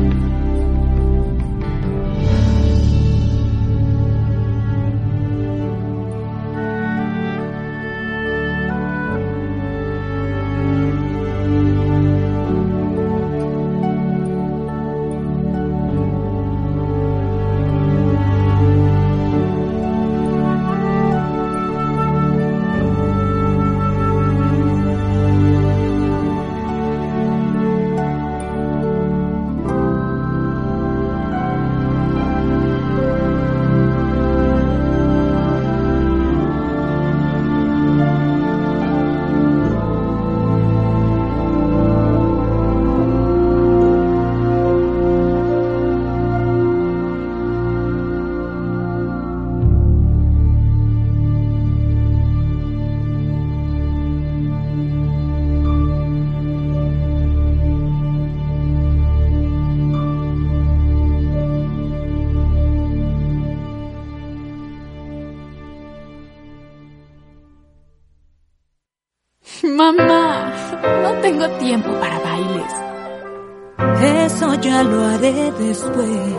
Mamá, no tengo tiempo para bailes. Eso ya lo haré después.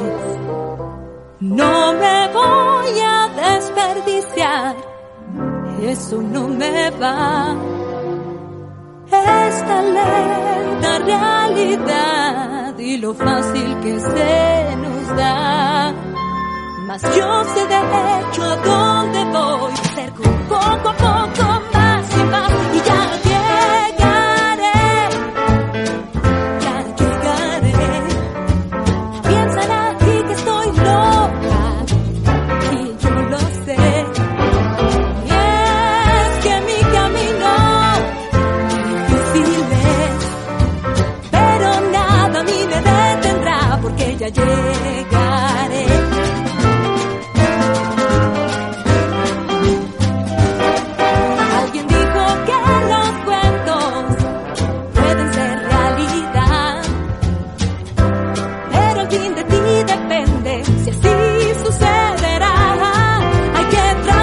No me voy a desperdiciar. Eso no me va. Esta lenta realidad y lo fácil que se nos da. Mas yo sé de hecho a dónde voy. Acerco poco a poco más y más y ya llegaré. Ya llegaré. Piensan aquí que estoy loca y yo lo sé. Y es que mi camino difícil es, pero nada a mí me detendrá porque ya llegaré. Depende si así sucederá. Hay que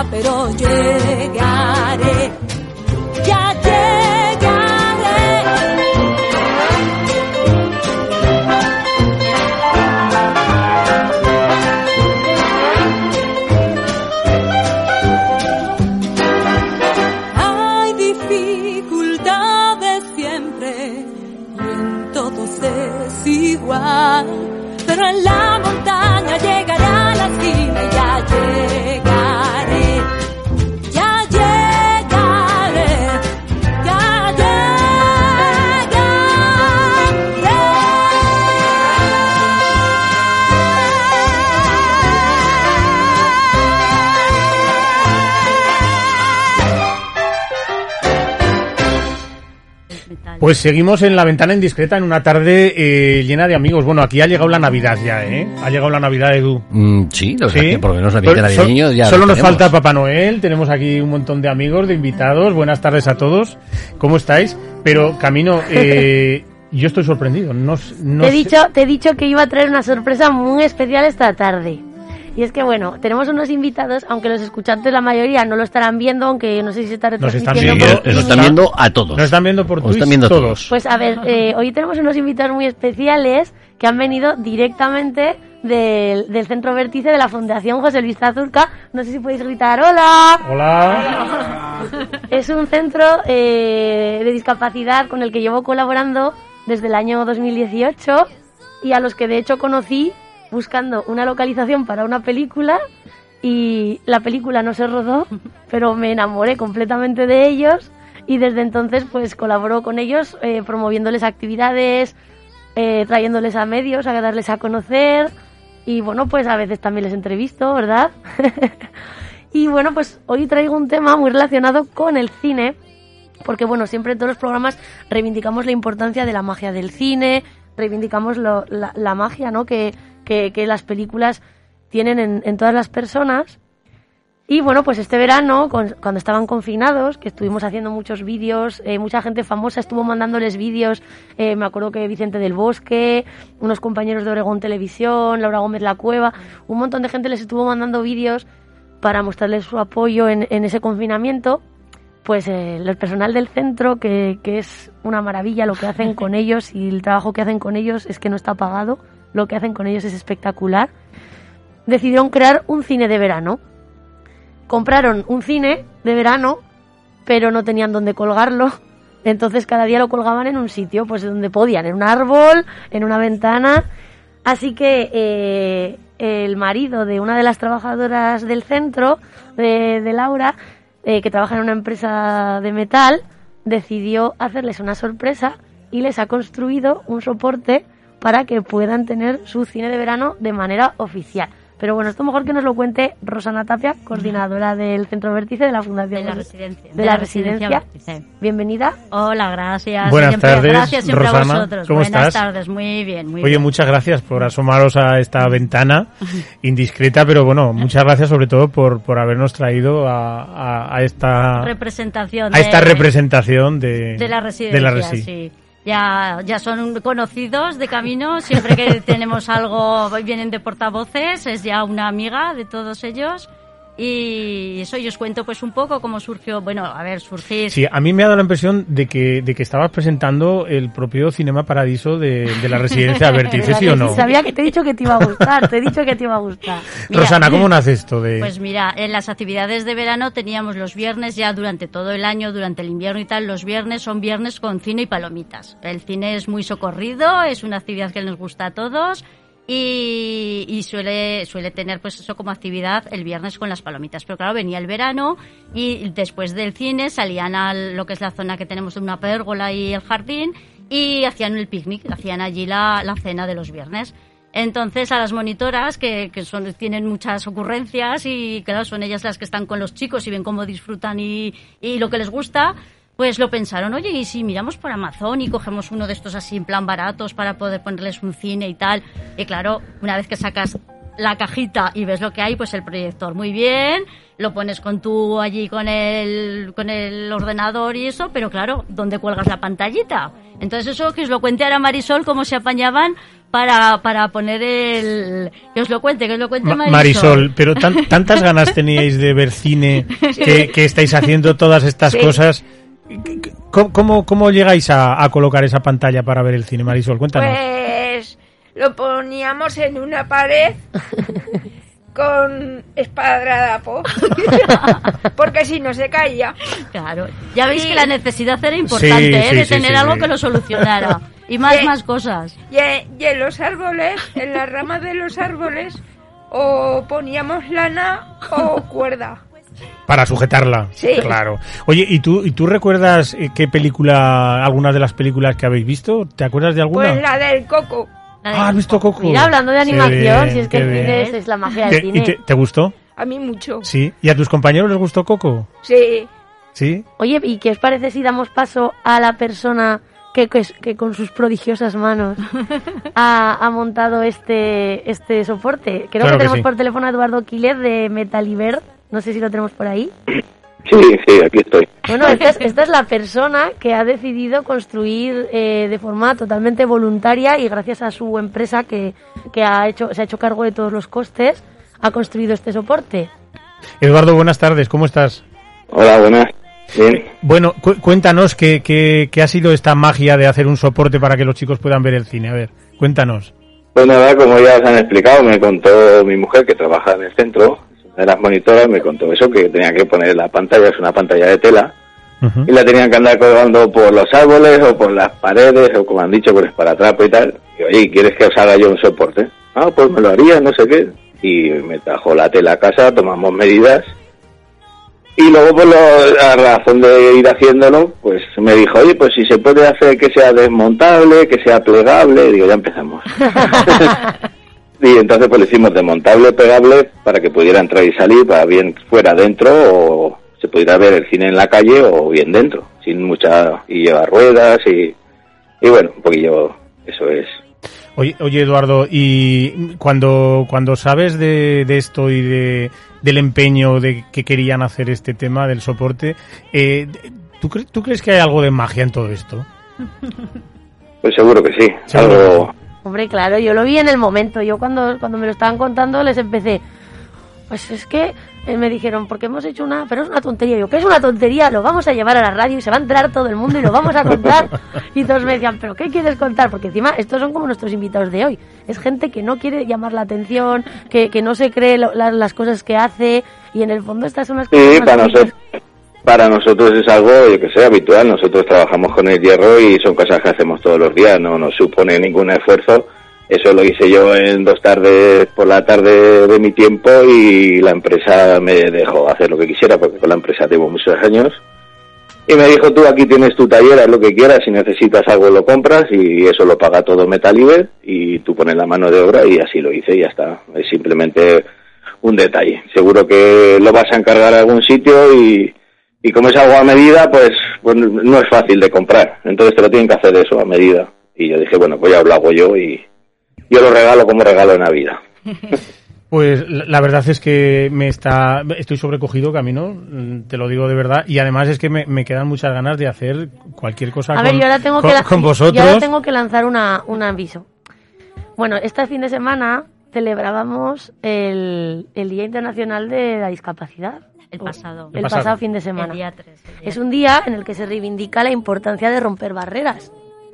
pero llegaré, ya llegaré. Hay dificultades siempre y en todos es igual, pero en la montaña llegaré a la cima y ya llegaré, ya llegaré, ya llegaré. Pues seguimos en La Ventana Indiscreta en una tarde llena de amigos. Bueno, aquí ha llegado la Navidad ya, ¿eh? Ha llegado la Navidad, Edu. Sí, o sea que por lo menos la ambiente navideño ya solo nos tenemos. falta Papá Noel. Tenemos aquí un montón de amigos, de invitados. Buenas tardes a todos. ¿Cómo estáis? Pero, Camino, yo estoy sorprendido. Te he dicho que iba a traer una sorpresa muy especial esta tarde. Y es que, bueno, tenemos unos invitados, aunque los escuchantes la mayoría no lo estarán viendo, aunque no sé si se está retransmitiendo. Nos están viendo a todos. Nos están viendo por Twitch todos. Pues a ver, hoy tenemos unos invitados muy especiales que han venido directamente del Centro Vértice de la Fundación José Luis Zazurca. No sé si podéis gritar ¡hola! ¡Hola! Es un centro de discapacidad con el que llevo colaborando desde el año 2018 y a los que de hecho conocí buscando una localización para una película, y la película no se rodó, pero me enamoré completamente de ellos y desde entonces pues colaboro con ellos promoviéndoles actividades, trayéndoles a medios, a darles a conocer, y bueno, pues a veces también les entrevisto, ¿verdad? Y bueno, pues hoy traigo un tema muy relacionado con el cine, porque bueno, siempre en todos los programas reivindicamos la importancia de la magia del cine, reivindicamos la magia, ¿no?, que las películas tienen en todas las personas. Y bueno, pues este verano, cuando estaban confinados, que estuvimos haciendo muchos vídeos, mucha gente famosa estuvo mandándoles vídeos, me acuerdo que Vicente del Bosque, unos compañeros de Oregón Televisión, Laura Gómez La Cueva, un montón de gente les estuvo mandando vídeos para mostrarles su apoyo en ese confinamiento. Pues el personal del centro, que es una maravilla lo que hacen con ellos, y el trabajo que hacen con ellos es que no está pagado, lo que hacen con ellos es espectacular, decidieron crear un cine de verano. Compraron un cine de verano, pero no tenían dónde colgarlo, entonces cada día lo colgaban en un sitio, pues donde podían, en un árbol, en una ventana. Así que el marido de una de las trabajadoras del centro, de Laura, que trabaja en una empresa de metal, decidió hacerles una sorpresa y les ha construido un soporte para que puedan tener su cine de verano de manera oficial. Pero bueno, esto mejor que nos lo cuente Rosana Tapia, coordinadora del Centro Vértice de la Fundación de la Residencia Vértice. Bienvenida. Hola, gracias. Buenas tardes, gracias siempre Rosana. a vosotros. ¿Cómo Buenas estás? tardes, muy bien. Oye, muchas gracias por asomaros a esta ventana indiscreta, pero bueno, muchas gracias sobre todo por habernos traído a esta representación de la Residencia, sí. Ya son conocidos de camino, siempre que tenemos algo vienen de portavoces, es ya una amiga de todos ellos. Y eso, yo os cuento pues un poco cómo surgió, surgir... Sí, a mí me ha dado la impresión de que estabas presentando el propio Cinema Paradiso de la Residencia Vértice, ¿sí o no? Sabía que te he dicho que te iba a gustar, Mira, Rosana, ¿cómo nace esto de...? Pues mira, en las actividades de verano teníamos los viernes ya durante todo el año, durante el invierno y tal, los viernes son viernes con cine y palomitas. El cine es muy socorrido, es una actividad que nos gusta a todos... Y suele tener pues eso como actividad el viernes con las palomitas, pero claro, venía el verano y después del cine salían a lo que es la zona que tenemos de una pérgola y el jardín y hacían el picnic, hacían allí la cena de los viernes. Entonces a las monitoras que tienen muchas ocurrencias y claro, son ellas las que están con los chicos y ven cómo disfrutan y lo que les gusta, pues lo pensaron, oye, ¿y si miramos por Amazon y cogemos uno de estos así en plan baratos para poder ponerles un cine y tal? Y claro, una vez que sacas la cajita y ves lo que hay, pues el proyector muy bien, lo pones con el ordenador y eso, pero claro, ¿dónde cuelgas la pantallita? Entonces eso que os lo cuente ahora Marisol, cómo se apañaban para poner que os lo cuente Marisol, pero tantas ganas teníais de ver cine que estáis haciendo todas estas cosas. ¿Cómo llegáis a colocar esa pantalla para ver el cine, Marisol? Cuéntanos. Pues lo poníamos en una pared con esparadrapo, porque si no se caía. Claro, ya veis que la necesidad era importante, de tener algo que lo solucionara. Y más cosas. Y en los árboles, en las ramas de los árboles, o poníamos lana o cuerda. Para sujetarla. Sí. Claro. Oye, ¿y tú recuerdas qué película, algunas de las películas que habéis visto? ¿Te acuerdas de alguna? Pues la del Coco. ¿Has visto Coco? Mira, hablando de animación, si es que el bien. cine es la magia del cine. ¿Y te gustó? A mí mucho. Sí. ¿Y a tus compañeros les gustó Coco? Sí. ¿Sí? Oye, ¿y qué os parece si damos paso a la persona que con sus prodigiosas manos ha montado este soporte? Creo que tenemos por teléfono a Eduardo Quiles de Metalivert. No sé si lo tenemos por ahí. Sí, aquí estoy. Bueno, esta es la persona que ha decidido construir de forma totalmente voluntaria y gracias a su empresa que se ha hecho cargo de todos los costes, ha construido este soporte. Eduardo, buenas tardes, ¿cómo estás? Hola, buenas. Bien. Bueno, cuéntanos qué ha sido esta magia de hacer un soporte para que los chicos puedan ver el cine. A ver, cuéntanos. Pues nada, como ya os han explicado, me contó mi mujer que trabaja en el centro, de las monitoras, me contó eso, que tenía que poner la pantalla, es una pantalla de tela, y la tenían que andar colgando por los árboles o por las paredes o, como han dicho, por esparatrapo y tal. Y oye, ¿quieres que os haga yo un soporte? Ah, pues me lo haría, no sé qué. Y me trajo la tela a casa, tomamos medidas. Y luego, por la razón de ir haciéndolo, pues me dijo, oye, pues si se puede hacer que sea desmontable, que sea plegable, digo, ya empezamos. Y entonces pues lo hicimos desmontable, plegable, para que pudiera entrar y salir, para bien fuera dentro, o se pudiera ver el cine en la calle, o bien dentro, sin mucha, y lleva ruedas, y bueno, un poquillo, eso es. Oye Eduardo, y cuando sabes de esto y del empeño de que querían hacer este tema del soporte, ¿tú crees que hay algo de magia en todo esto? Pues seguro que sí. Algo... Hombre, claro, yo lo vi en el momento. Yo cuando me lo estaban contando les empecé, pues es que me dijeron, porque hemos hecho pero es una tontería. Yo, ¿qué es una tontería? Lo vamos a llevar a la radio y se va a enterar todo el mundo y lo vamos a contar. Y todos me decían, ¿pero qué quieres contar? Porque encima estos son como nuestros invitados de hoy. Es gente que no quiere llamar la atención, que no se cree las cosas que hace, y en el fondo estas son las cosas Sí, para nosotros es algo, yo que sé, habitual. Nosotros trabajamos con el hierro y son cosas que hacemos todos los días, no nos supone ningún esfuerzo. Eso lo hice yo en 2 tardes por la tarde de mi tiempo, y la empresa me dejó hacer lo que quisiera, porque con la empresa tengo muchos años. Y me dijo, tú aquí tienes tu taller, haz lo que quieras, si necesitas algo lo compras, y eso lo paga todo Metalivert, y tú pones la mano de obra, y así lo hice y ya está. Es simplemente un detalle. Seguro que lo vas a encargar a algún sitio y como es algo a medida, pues no es fácil de comprar. Entonces te lo tienen que hacer eso a medida. Y yo dije, bueno, pues ya lo hago yo y yo lo regalo como regalo de Navidad. Pues la verdad es que estoy sobrecogido, Camino, te lo digo de verdad, y además es que me quedan muchas ganas de hacer cualquier cosa con vosotros. Yo ahora tengo que lanzar un aviso. Bueno, este fin de semana celebrábamos el Día Internacional de la Discapacidad. El pasado fin de semana. El día 3. Es un día en el que se reivindica la importancia de romper barreras.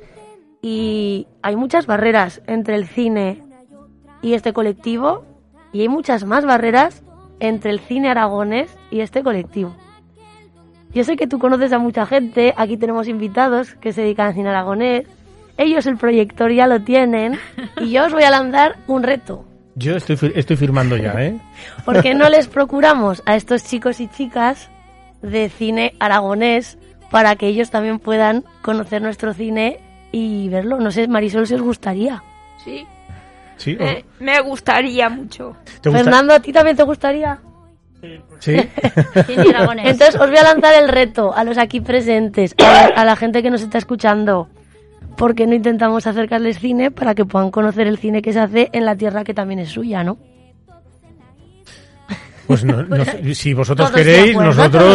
Y hay muchas barreras entre el cine y este colectivo, y hay muchas más barreras entre el cine aragonés y este colectivo. Yo sé que tú conoces a mucha gente, aquí tenemos invitados que se dedican al cine aragonés, ellos el proyector ya lo tienen, y yo os voy a lanzar un reto. Yo estoy firmando ya, ¿eh? ¿Por qué no les procuramos a estos chicos y chicas de cine aragonés para que ellos también puedan conocer nuestro cine y verlo? No sé, Marisol, si os gustaría. Sí. ¿Sí? Me gustaría mucho. Fernando, ¿a ti también te gustaría? Sí. Entonces os voy a lanzar el reto a los aquí presentes, a la gente que nos está escuchando. ¿Por qué no intentamos acercarles cine para que puedan conocer el cine que se hace en la tierra que también es suya, no? Pues si vosotros queréis, nosotros,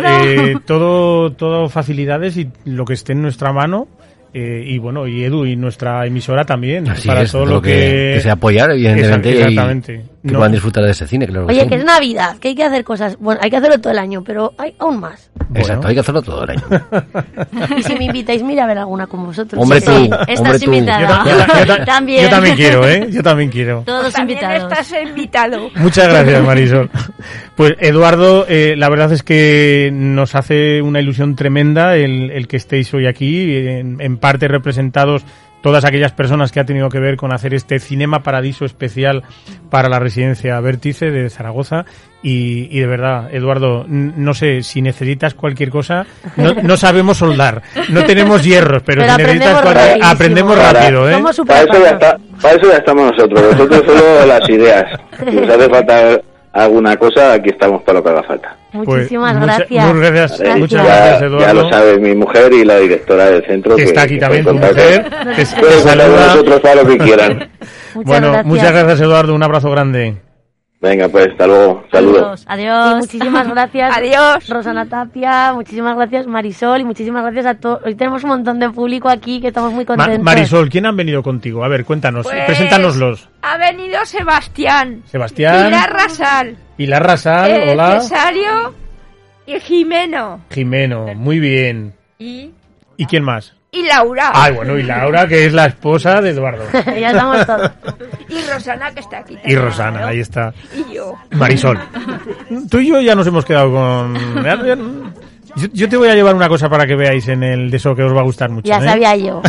todo facilidades y lo que esté en nuestra mano. Y bueno, y Edu y nuestra emisora también. Así para es, todo lo que sea apoyar, evidentemente. Exactamente. Y que puedan disfrutar de ese cine, claro. Oye, que es Navidad, que hay que hacer cosas. Bueno, hay que hacerlo todo el año, pero hay aún más. Exacto, hay que hacerlo todo el año. Y si me invitáis, mira a ver alguna con vosotros. Hombre, tú. Estás invitada. Yo también quiero, Yo también quiero. Todos invitados. Estás invitado. Muchas gracias, Marisol. Pues Eduardo, la verdad es que nos hace una ilusión tremenda el que estéis hoy aquí, en parte representados todas aquellas personas que ha tenido que ver con hacer este Cinema Paradiso especial para la residencia Vértice de Zaragoza. Y de verdad, Eduardo, no sé, si necesitas cualquier cosa, no sabemos soldar, no tenemos hierros, pero si necesitas aprendemos rápido, ¿eh? Para eso ya estamos nosotros solo las ideas. Si nos hace falta alguna cosa, aquí estamos para lo que haga falta. Muchísimas gracias. Muchas gracias, Eduardo. Ya lo sabe mi mujer y la directora del centro. Que está aquí también tu mujer. Que saluda a nosotros para lo que quieran. Muchas gracias, Eduardo. Un abrazo grande. Venga, pues, hasta luego. Saludos. Adiós. Y muchísimas gracias. Adiós. Rosana Tapia, muchísimas gracias, Marisol, y muchísimas gracias a todos. Hoy tenemos un montón de público aquí que estamos muy contentos. Marisol, ¿quién han venido contigo? A ver, cuéntanos, pues, preséntanos. Ha venido Sebastián. Pilar Rasal, hola. Cesario y Jimeno, muy bien. ¿Y quién más? Y Laura. Ay, bueno, y Laura, que es la esposa de Eduardo. Ya estamos todos. Y Rosana, que está aquí también. Y Rosana, ahí está. Y yo. Marisol. Tú y yo ya nos hemos quedado con... Yo te voy a llevar una cosa para que veáis en el de eso que os va a gustar mucho. Ya sabía yo.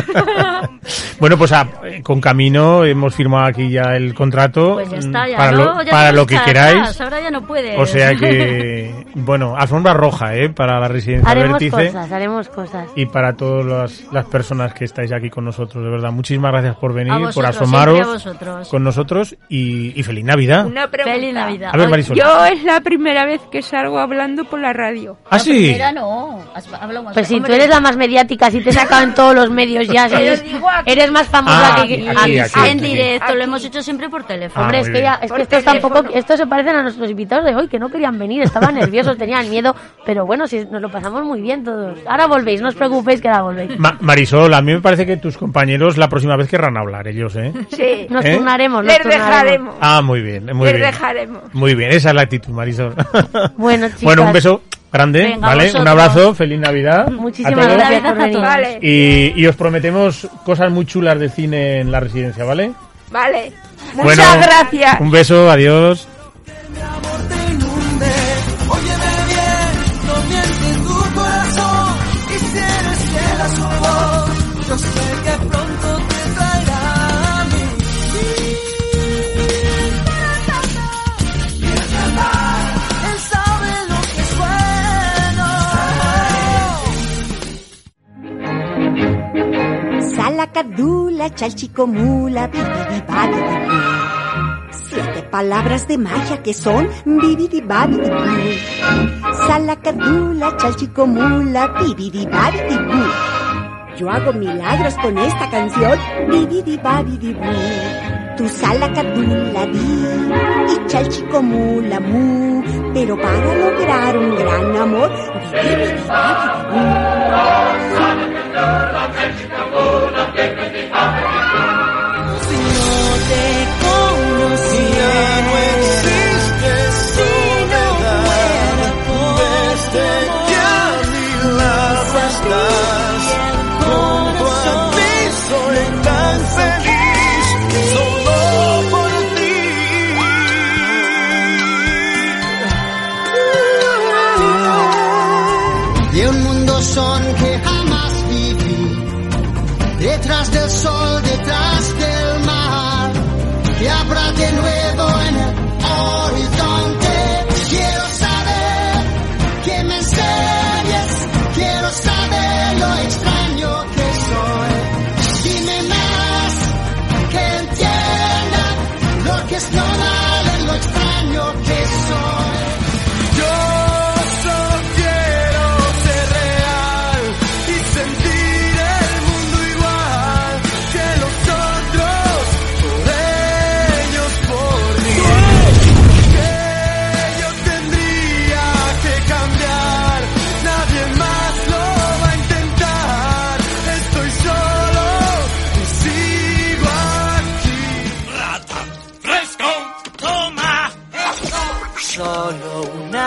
Bueno, pues con Camino hemos firmado aquí ya el contrato. Pues ya está, ya para lo que queráis. Ahora ya no puedes. O sea que, bueno, alfombra roja, para la residencia Vértice. Haremos cosas. Y para todas las personas que estáis aquí con nosotros, de verdad. Muchísimas gracias por venir, vosotros, por asomaros con nosotros y feliz Navidad. Una pregunta. Feliz Navidad. A ver, Marisol. Yo es la primera vez que salgo hablando por la radio. ¿Ah, sí? No. Pues si tú eres la más mediática, si te sacan en todos los medios ya, eres más famosa que aquí. En directo, lo hemos hecho siempre por teléfono. Hombre, es que estos tampoco, estos se parecen a nuestros invitados de hoy, que no querían venir, estaban nerviosos, tenían miedo, pero bueno, si nos lo pasamos muy bien todos. Ahora volvéis, no os preocupéis que ahora volvéis. Marisol, a mí me parece que tus compañeros la próxima vez querrán hablar ellos, ¿eh? Sí. Nos turnaremos. Les dejaremos. Ah, muy bien, muy bien. Dejaremos. Muy bien, esa es la actitud, Marisol. Bueno, chicas. Bueno, un beso grande, venga, ¿vale? Vosotros. Un abrazo, feliz Navidad. Muchísimas gracias por venir. Vale. Y os prometemos cosas muy chulas de cine en la residencia, ¿vale? Vale. Muchas gracias. Un beso, adiós. Salacadula, chalchicomula, bibidibabidibú. 7 palabras de magia que son bibidibabidibú. Salacadula, chalchicomula, bibidibabidibú. Yo hago milagros con esta canción, bibidibabidibú. Tu salacadula di y chalchicomula mu. Pero para lograr un gran amor, bibidibabidibú. Si no te conociera, no existe soledad. Desde que a mi lado estás, junto a mí soy tan feliz, solo por ti. De un mundo son que jamás viví, detrás del sol, detrás del mar, que habrá de nuevo en el horizonte. Quiero saber que me enseñes, quiero saber lo extraño que soy. Dime más, que entienda lo que es normal en lo extraño que soy.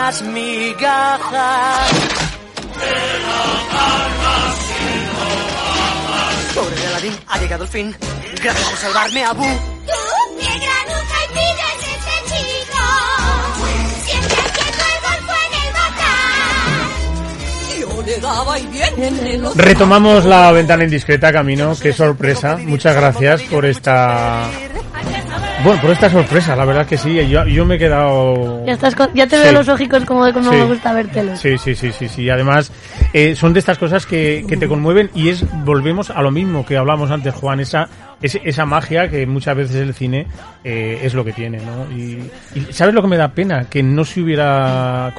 más migajas. Pobre de Aladín, ha llegado el fin. Gracias por salvarme, Abu. Tú, negra, nunca olvides este chico. Siempre haciendo el golfo en el botán. Yo le daba y bien en el otro. Retomamos la ventana indiscreta, Camino. Qué sorpresa. Muchas gracias por esta... Bueno, por esta sorpresa, la verdad que sí. Yo me he quedado... Ya te veo los ojicos como de cómo me gusta vértelos. Sí. Además, son de estas cosas que te conmueven y volvemos a lo mismo que hablamos antes, Juan, esa magia que muchas veces el cine es lo que tiene, ¿no? Y ¿sabes lo que me da pena? Que no se hubiera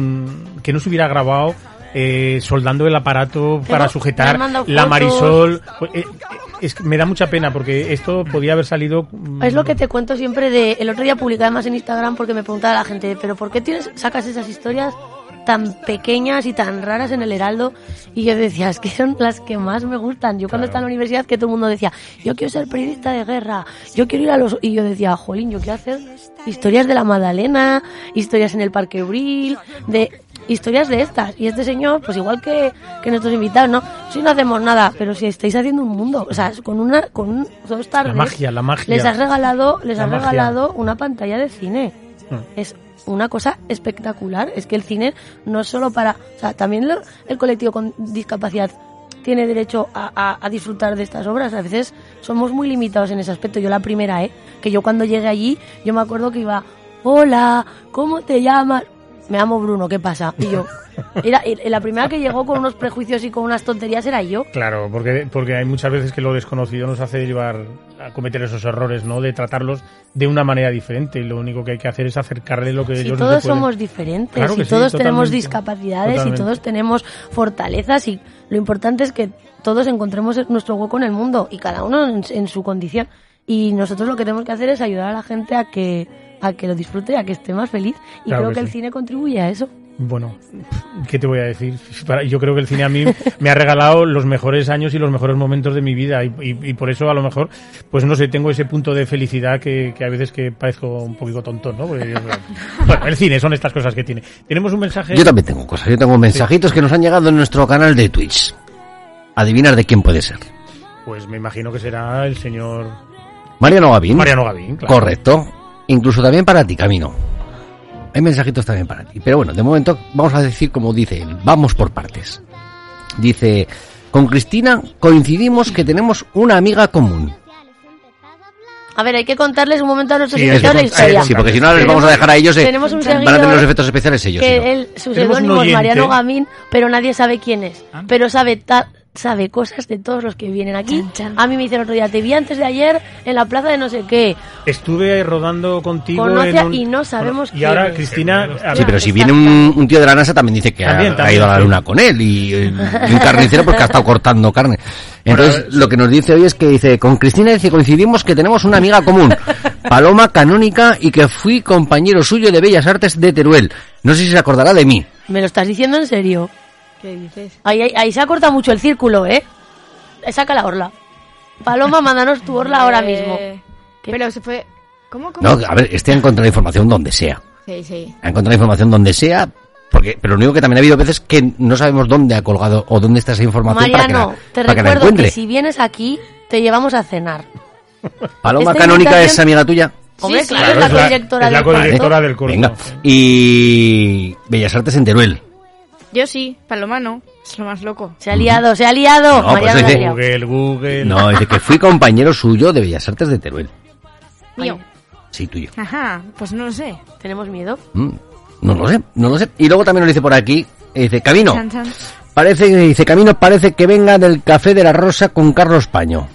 que no se hubiera grabado soldando el aparato para sujetar la Marisol. Es que me da mucha pena porque esto podía haber salido... Es lo que te cuento siempre el otro día publicé además en Instagram porque me preguntaba la gente, pero ¿por qué sacas esas historias tan pequeñas y tan raras en el Heraldo? Y yo decía, es que son las que más me gustan. Yo cuando estaba en la universidad que todo el mundo decía, yo quiero ser periodista de guerra, yo quiero ir a los... Y yo decía, jolín, yo quiero hacer historias de la Magdalena, historias en el Parque Bril, historias de estas. Y este señor, pues igual que nuestros invitados, ¿no? Si no hacemos nada, pero si estáis haciendo un mundo, o sea, con dos tardes, la magia. Les has regalado una pantalla de cine. Es una cosa espectacular. Es que el cine no es solo para... O sea, también el colectivo con discapacidad tiene derecho a disfrutar de estas obras. A veces somos muy limitados en ese aspecto. Yo la primera, que yo cuando llegué allí, yo me acuerdo que iba, hola, ¿cómo te llamas? Me llamo Bruno, ¿qué pasa? Y yo, la primera que llegó con unos prejuicios y con unas tonterías era yo. Claro, porque hay muchas veces que lo desconocido nos hace llevar a cometer esos errores, ¿no? De tratarlos de una manera diferente, y lo único que hay que hacer es acercarle lo que ellos pueden. Todos somos diferentes, claro y todos tenemos discapacidades, y todos tenemos fortalezas, y lo importante es que todos encontremos nuestro hueco en el mundo, y cada uno en su condición. Y nosotros lo que tenemos que hacer es ayudar a la gente a que lo disfrute, a que esté más feliz, y claro creo que el cine contribuye a eso. Bueno, ¿qué te voy a decir? Yo creo que el cine a mí me ha regalado los mejores años y los mejores momentos de mi vida, y por eso a lo mejor, pues no sé, tengo ese punto de felicidad que a veces que parezco un poquito tonto, ¿no? Porque bueno, el cine son estas cosas que tiene. Tenemos un mensaje... Yo también tengo cosas, yo tengo mensajitos que nos han llegado en nuestro canal de Twitch. Adivinar de quién puede ser. Pues me imagino que será el señor... Mariano Gavín. Mariano Gavín, claro. Correcto. Incluso también para ti, Camino. Hay mensajitos también para ti. Pero bueno, de momento vamos a decir como dice él. Vamos por partes. Dice, con Cristina coincidimos que tenemos una amiga común. A ver, hay que contarles un momento a nuestros seguidores la historia. Sí, porque si no les vamos a dejar a ellos. Tenemos un van a tener los efectos especiales ellos. Que su seudónimo es Mariano Gavín, pero nadie sabe quién es. Pero sabe cosas de todos los que vienen aquí. A mí me dicen otro día, te vi antes de ayer en la plaza de no sé qué. Estuve rodando contigo y no sabemos quién. Y ahora Cristina... Sí, pero si viene un tío de la NASA también dice que ha ido a la luna con él, y un carnicero porque ha estado cortando carne. Entonces, lo que nos dice hoy es que dice, con Cristina dice, coincidimos que tenemos una amiga común, Paloma Canónica, y que fui compañero suyo de Bellas Artes de Teruel. No sé si se acordará de mí. ¿Me lo estás diciendo en serio? ¿Qué dices? Ahí se ha cortado mucho el círculo, Saca la orla. Paloma, mándanos tu orla ahora mismo. Pero se fue... ¿Cómo? No, a ver, ha encontrado información donde sea. Sí. Ha encontrado información donde sea, pero lo único que también ha habido veces que no sabemos dónde ha colgado o dónde está esa información. Mariano, te recuerdo que si vienes aquí, te llevamos a cenar. Paloma Canónica es amiga tuya. Hombre, sí, claro, es la codirectora del corto. Venga. Y Bellas Artes en Teruel. Yo sí, Paloma no, es lo más loco. Se ha liado. No, Mariano pues dice, Google. No, dice que fui compañero suyo de Bellas Artes de Teruel. ¿Mío? Sí, tuyo. Ajá, pues no lo sé. ¿Tenemos miedo? No lo sé. Y luego también nos dice por aquí, dice, Camino. Chan. Camino parece que venga del Café de la Rosa con Carlos Paño.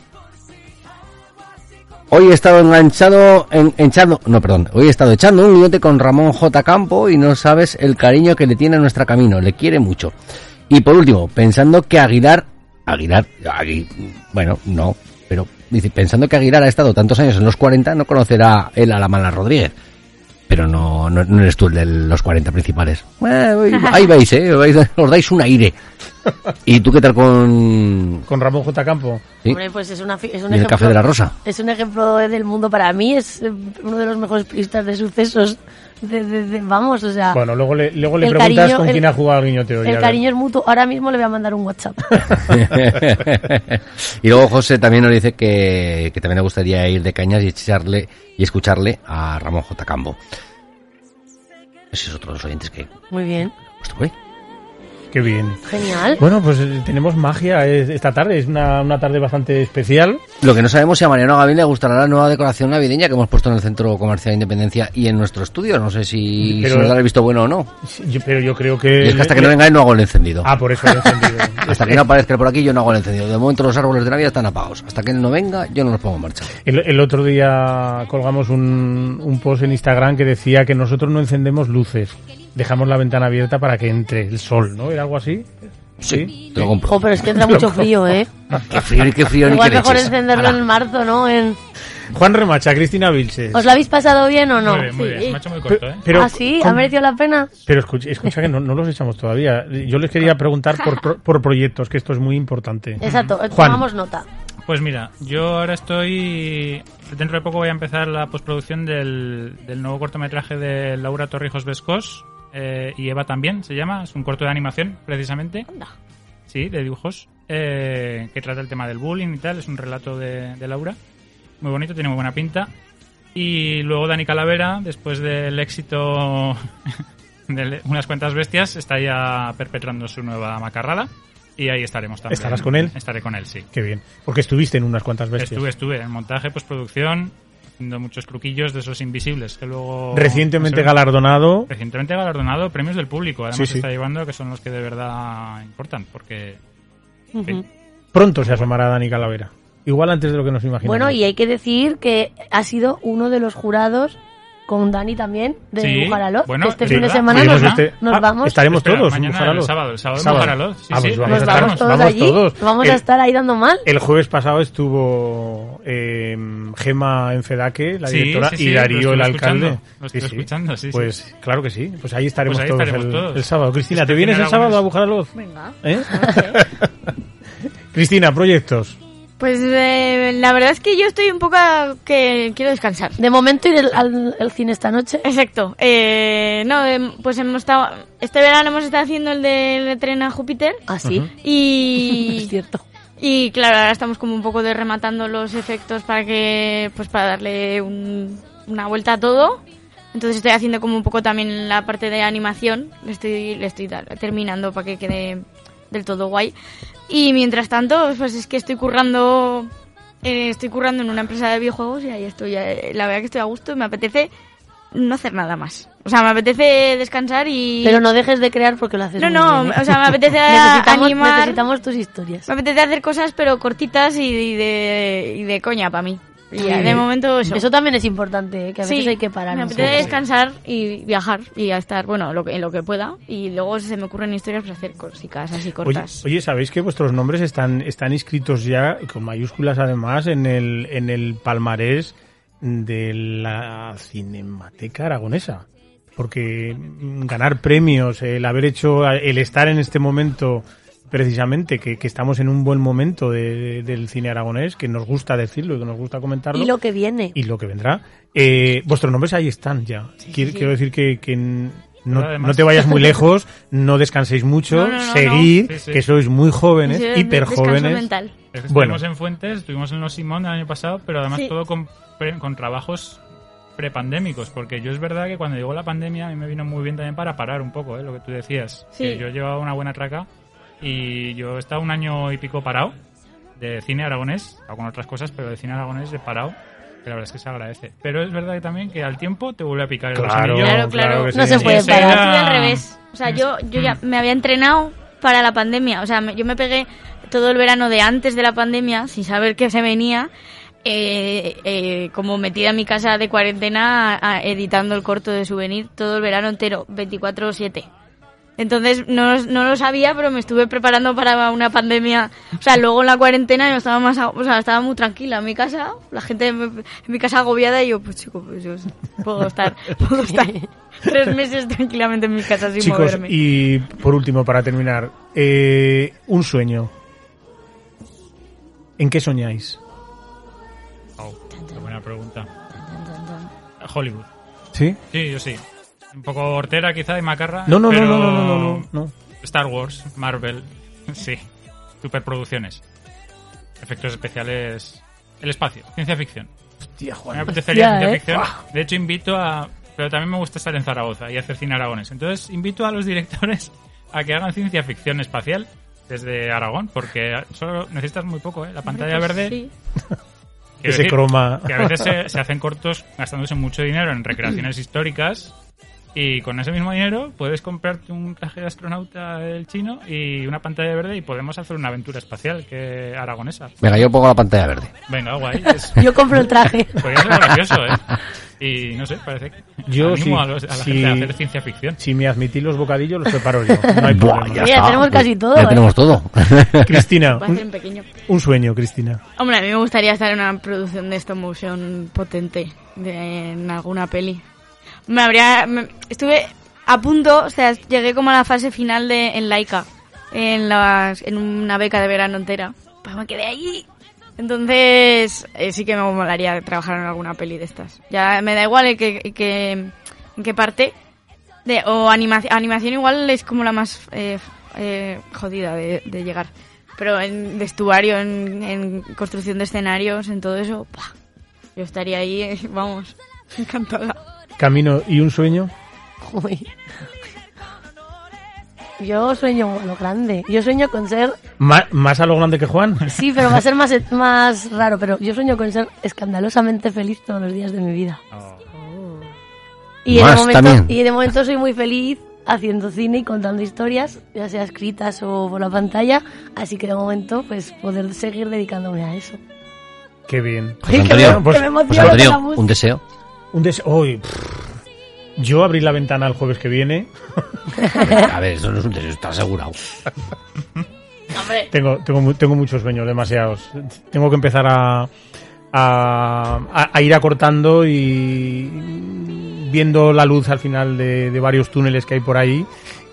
Hoy he estado hoy he estado echando un guiote con Ramón J. Campo y no sabes el cariño que le tiene a nuestra Camino, le quiere mucho. Y por último, pensando que bueno, no, pero dice, pensando que Aguilar ha estado tantos años en los 40, no conocerá él a la Mala Rodríguez. Pero no eres tú el de los 40 principales. Ahí vais, os dais un aire. ¿Y tú qué tal con Ramón J. Campo? ¿Sí? Hombre, pues es un ejemplo. ¿El Café de la Rosa? Es un ejemplo del mundo para mí, es uno de los mejores periodistas de sucesos. Vamos, o sea... Bueno, luego le preguntas cariño, con quién ha jugado al Guiño Teoría. El cariño es mutuo. Ahora mismo le voy a mandar un WhatsApp. Y luego José también nos dice que también le gustaría ir de cañas y escucharle a Ramón J. Campo. Ese es otro de los oyentes que... Muy bien. Qué bien. Genial. Bueno, pues tenemos magia esta tarde. Es una tarde bastante especial. Lo que no sabemos si a Mariano Gavín le gustará la nueva decoración navideña que hemos puesto en el Centro Comercial Independencia y en nuestro estudio. No sé si nos dará el visto bueno o no. Pero yo creo que... Y es que hasta que no venga él no hago el encendido. Ah, por eso el encendido. Hasta que no aparezca por aquí yo no hago el encendido. De momento los árboles de Navidad están apagados. Hasta que él no venga yo no los pongo en marcha. El otro día colgamos un post en Instagram que decía que nosotros no encendemos luces. Dejamos la ventana abierta para que entre el sol, ¿no? ¿Era algo así? Sí, te lo compro. Jo, pero es que entra mucho frío, ¿eh? Qué frío. Igual mejor encenderlo en marzo, ¿no? Juan Remacha, Cristina Vilches. ¿Os lo habéis pasado bien o no? Muy bien. Me ha hecho muy corto, ¿eh? Pero, ¿ah, sí? ¿Ha merecido la pena? Pero escucha que no los echamos todavía. Yo les quería preguntar por proyectos, que esto es muy importante. Exacto, Juan. tomamos nota. Pues mira, yo ahora estoy... Dentro de poco voy a empezar la postproducción del nuevo cortometraje de Laura Torrijos Vescós, y Eva también se llama. Es un corto de animación, precisamente. Anda. Sí, de dibujos, que trata el tema del bullying y tal. Es un relato de Laura. Muy bonito, tiene muy buena pinta. Y luego Dani Calavera, después del éxito de Unas cuantas bestias, está ya perpetrando su nueva macarrada. Y ahí estaremos también. ¿Estarás con él? Estaré con él, sí. Qué bien. Porque estuviste en Unas cuantas bestias. Estuve en montaje, postproducción, haciendo muchos truquillos de esos invisibles que luego... Recientemente galardonado, premios del público. Además sí. está llevando, que son los que de verdad importan, porque... Pronto se asomará Dani Calavera. Igual antes de lo que nos imaginamos. Bueno, y hay que decir que ha sido uno de los jurados, con Dani también, de Bujaralot. Bueno, este fin de semana nos vamos. Estaremos todos. Mañana, el sábado en Bujaralot. Sí, pues nos vamos todos allí. Vamos a estar ahí dando mal. El jueves pasado estuvo Gema Enfedaque, la directora, y Darío, el alcalde. Lo estoy escuchando, sí. Pues claro que sí. Pues ahí estaremos, todos el sábado. Cristina, ¿te vienes el sábado a Bujaralot? Venga. Cristina, proyectos. Pues la verdad es que yo estoy un poco que quiero descansar. De momento ir al cine esta noche. Exacto. Pues este verano hemos estado haciendo el de Tren a Júpiter. Ah, sí. Y es cierto. Y claro, ahora estamos como un poco rematando los efectos para darle una vuelta a todo. Entonces estoy haciendo como un poco también la parte de animación. Le estoy terminando para que quede del todo guay. Y mientras tanto, pues es que estoy currando en una empresa de videojuegos y ahí estoy. La verdad que estoy a gusto y me apetece no hacer nada más. O sea, me apetece descansar y... Pero no dejes de crear porque lo haces muy bien, ¿eh? O sea, me apetece animar... Necesitamos tus historias. Me apetece hacer cosas, pero cortitas y de coña para mí. Y de momento eso también es importante, que a veces hay que parar. Me apetece descansar y viajar y a estar, en lo que pueda. Y luego se me ocurren historias para hacer cositas así cortas. Oye, ¿sabéis que vuestros nombres están inscritos ya, con mayúsculas además, en el palmarés de la Cinemateca Aragonesa? Porque ganar premios, el haber hecho, el estar en este momento... Precisamente, que estamos en un buen momento del cine aragonés, que nos gusta decirlo y que nos gusta comentarlo. Y lo que viene. Y lo que vendrá. Vuestros nombres ahí están ya. Quiero decir que no te vayas muy lejos, no descanséis mucho, seguid, que sois muy jóvenes, hiper jóvenes. Estuvimos en Fuentes, estuvimos en Los Simón el año pasado, pero además todo con trabajos prepandémicos, porque yo es verdad que cuando llegó la pandemia a mí me vino muy bien también para parar un poco, lo que tú decías. Sí. Que yo llevaba una buena traca. Y yo he estado 1 año y pico parado de cine aragonés, o con otras cosas, pero de cine aragonés he parado, que la verdad es que se agradece. Pero es verdad que también que al tiempo te vuelve a picar el gusanillo. Claro. No se puede parar. Estoy al revés. O sea, yo ya me había entrenado para la pandemia. O sea, yo me pegué todo el verano de antes de la pandemia, sin saber que se venía, como metida en mi casa de cuarentena, editando el corto de Souvenir todo el verano entero, 24/7. Entonces no lo sabía, pero me estuve preparando para una pandemia. O sea, luego en la cuarentena yo estaba muy tranquila en mi casa, la gente en mi casa agobiada, y yo, pues chico, pues yo puedo estar 3 meses tranquilamente en mi casa sin moverme. Y por último, para terminar, un sueño. ¿En qué soñáis? Qué buena pregunta. Hollywood. ¿Sí? Sí, yo sí. Un poco hortera quizá y macarra. No. Star Wars, Marvel, sí. Superproducciones. Efectos especiales. El espacio, ciencia ficción. Hostia, Juan. Me apetecería ciencia ficción. De hecho, invito a... Pero también me gusta estar en Zaragoza y hacer cine aragonés. Entonces, invito a los directores a que hagan ciencia ficción espacial desde Aragón, porque solo necesitas muy poco, ¿eh? La pantalla verde... Sí. Ese croma. Que a veces se hacen cortos gastándose mucho dinero en recreaciones históricas, y con ese mismo dinero puedes comprarte un traje de astronauta del chino y una pantalla verde, y podemos hacer una aventura espacial aragonesa. Venga, yo pongo la pantalla verde. Venga, guay. Yo compro el traje. Podría ser gracioso, ¿eh? Y no sé, parece que animo a la gente a hacer ciencia ficción. Si me admitís los bocadillos, los preparo yo. No hay problema. Ya tenemos casi todo. Ya tenemos todo. Cristina, Va a ser pequeño. un sueño, Cristina. Hombre, a mí me gustaría estar en una producción de stop motion potente en alguna peli. Estuve a punto, o sea, llegué como a la fase final en Laika, en una beca de verano entera. Pues me quedé ahí. Entonces, sí que me molaría trabajar en alguna peli de estas. Ya me da igual en qué parte. Animación igual es como la más jodida de llegar. Pero en vestuario, en construcción de escenarios, en todo eso, ¡pah! Yo estaría ahí, vamos, encantada. Camino, ¿y un sueño? Uy. Yo sueño a lo grande. Yo sueño con ser... ¿Más a lo grande que Juan? Sí, pero va a ser más raro. Pero yo sueño con ser escandalosamente feliz todos los días de mi vida. Y de momento soy muy feliz haciendo cine y contando historias, ya sea escritas o por la pantalla. Así que de momento, pues poder seguir dedicándome a eso. Qué bien. Pues Antonio, que me emociona la música. Un deseo. Uy, yo abrí la ventana el jueves que viene. A ver, eso no es un deseo, está asegurado. Tengo muchos sueños, demasiados. Tengo que empezar a ir acortando y viendo la luz al final de varios túneles que hay por ahí.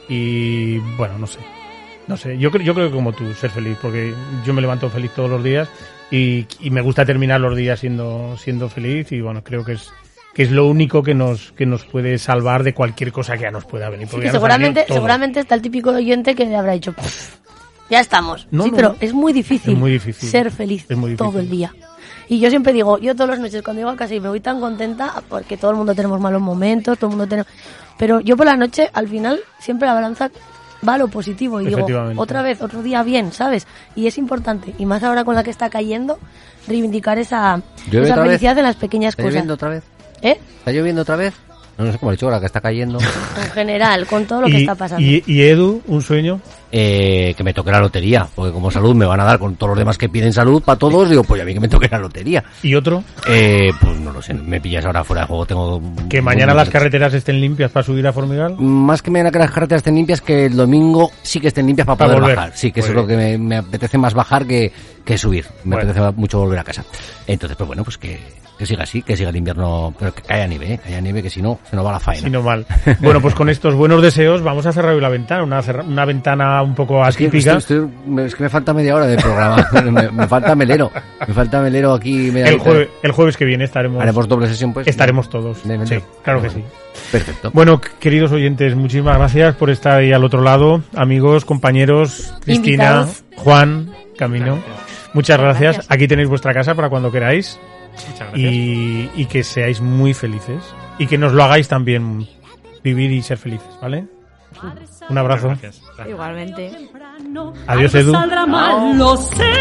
Y bueno, no sé. Yo creo que como tú, ser feliz, porque yo me levanto feliz todos los días y me gusta terminar los días siendo feliz, y bueno, creo que es lo único que nos puede salvar de cualquier cosa que ya nos pueda venir. Sí, que seguramente está el típico oyente que le habrá dicho, ya estamos. Pero es muy difícil ser feliz todo el día. Y yo siempre digo, yo todas las noches cuando llego a casa y me voy tan contenta, porque todo el mundo tenemos malos momentos, pero yo por la noche, al final, siempre la balanza va a lo positivo y digo, otra vez, otro día bien, ¿sabes? Y es importante, y más ahora con la que está cayendo, reivindicar esa felicidad en las pequeñas cosas. ¿Está lloviendo otra vez? ¿Está lloviendo otra vez? No sé cómo he dicho ahora, que está cayendo. En general, con todo lo que está pasando. ¿Y Edu, un sueño? Que me toque la lotería, porque como salud me van a dar con todos los demás que piden salud para todos, digo, pues a mí que me toque la lotería. ¿Y otro? Pues no lo sé, me pillas ahora fuera de juego. Tengo que mañana las carreteras estén limpias para subir a Formigal. Más que mañana que las carreteras estén limpias, que el domingo sí que estén limpias para poder bajar. Sí, que eso es lo que me apetece más bajar que subir. Me apetece mucho volver a casa. Entonces, pues bueno, pues que siga así, que siga el invierno, pero que caiga nieve, que si no, se nos va la faena. Si no mal. Bueno, pues con estos buenos deseos vamos a cerrar hoy la ventana, una ventana un poco atípica. Es que me falta media hora de programa. me falta melero. Me falta melero aquí. El jueves que viene haremos doble sesión, pues. Estaremos todos. Sí, claro que sí. Perfecto. Bueno, queridos oyentes, muchísimas gracias por estar ahí al otro lado. Amigos, compañeros, Cristina, invitados. Juan, Camino. Muchas gracias. Aquí tenéis vuestra casa para cuando queráis. Muchas gracias. Y que seáis muy felices. Y que nos lo hagáis también vivir y ser felices, ¿vale? Un abrazo. Gracias. Igualmente. Adiós, Edu. Saldrá mal, lo sé.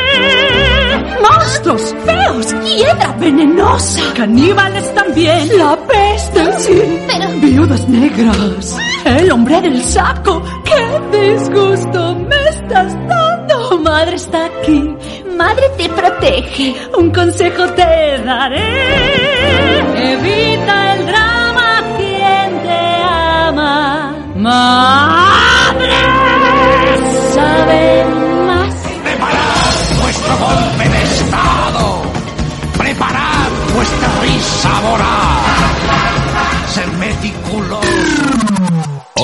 Monstruos feos, hiedra venenosa, caníbales también, la peste, sí, pero viudas negras, el hombre del saco. ¡Qué disgusto me estás dando! Madre está aquí, madre te protege. Un consejo te daré: evita el drama, quien te ama. Madre.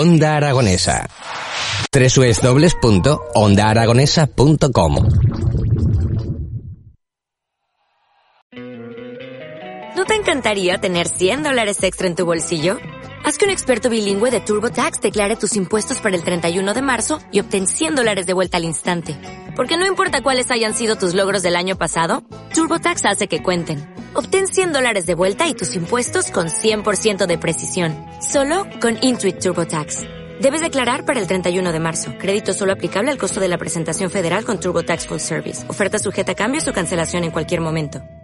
Onda Aragonesa. www.ondaaragonesa.com. ¿No te encantaría tener $100 extra en tu bolsillo? Haz que un experto bilingüe de TurboTax declare tus impuestos para el 31 de marzo y obtén $100 de vuelta al instante. Porque no importa cuáles hayan sido tus logros del año pasado, TurboTax hace que cuenten. Obtén $100 de vuelta y tus impuestos con 100% de precisión. Solo con Intuit TurboTax. Debes declarar para el 31 de marzo. Crédito solo aplicable al costo de la presentación federal con TurboTax Full Service. Oferta sujeta a cambios o cancelación en cualquier momento.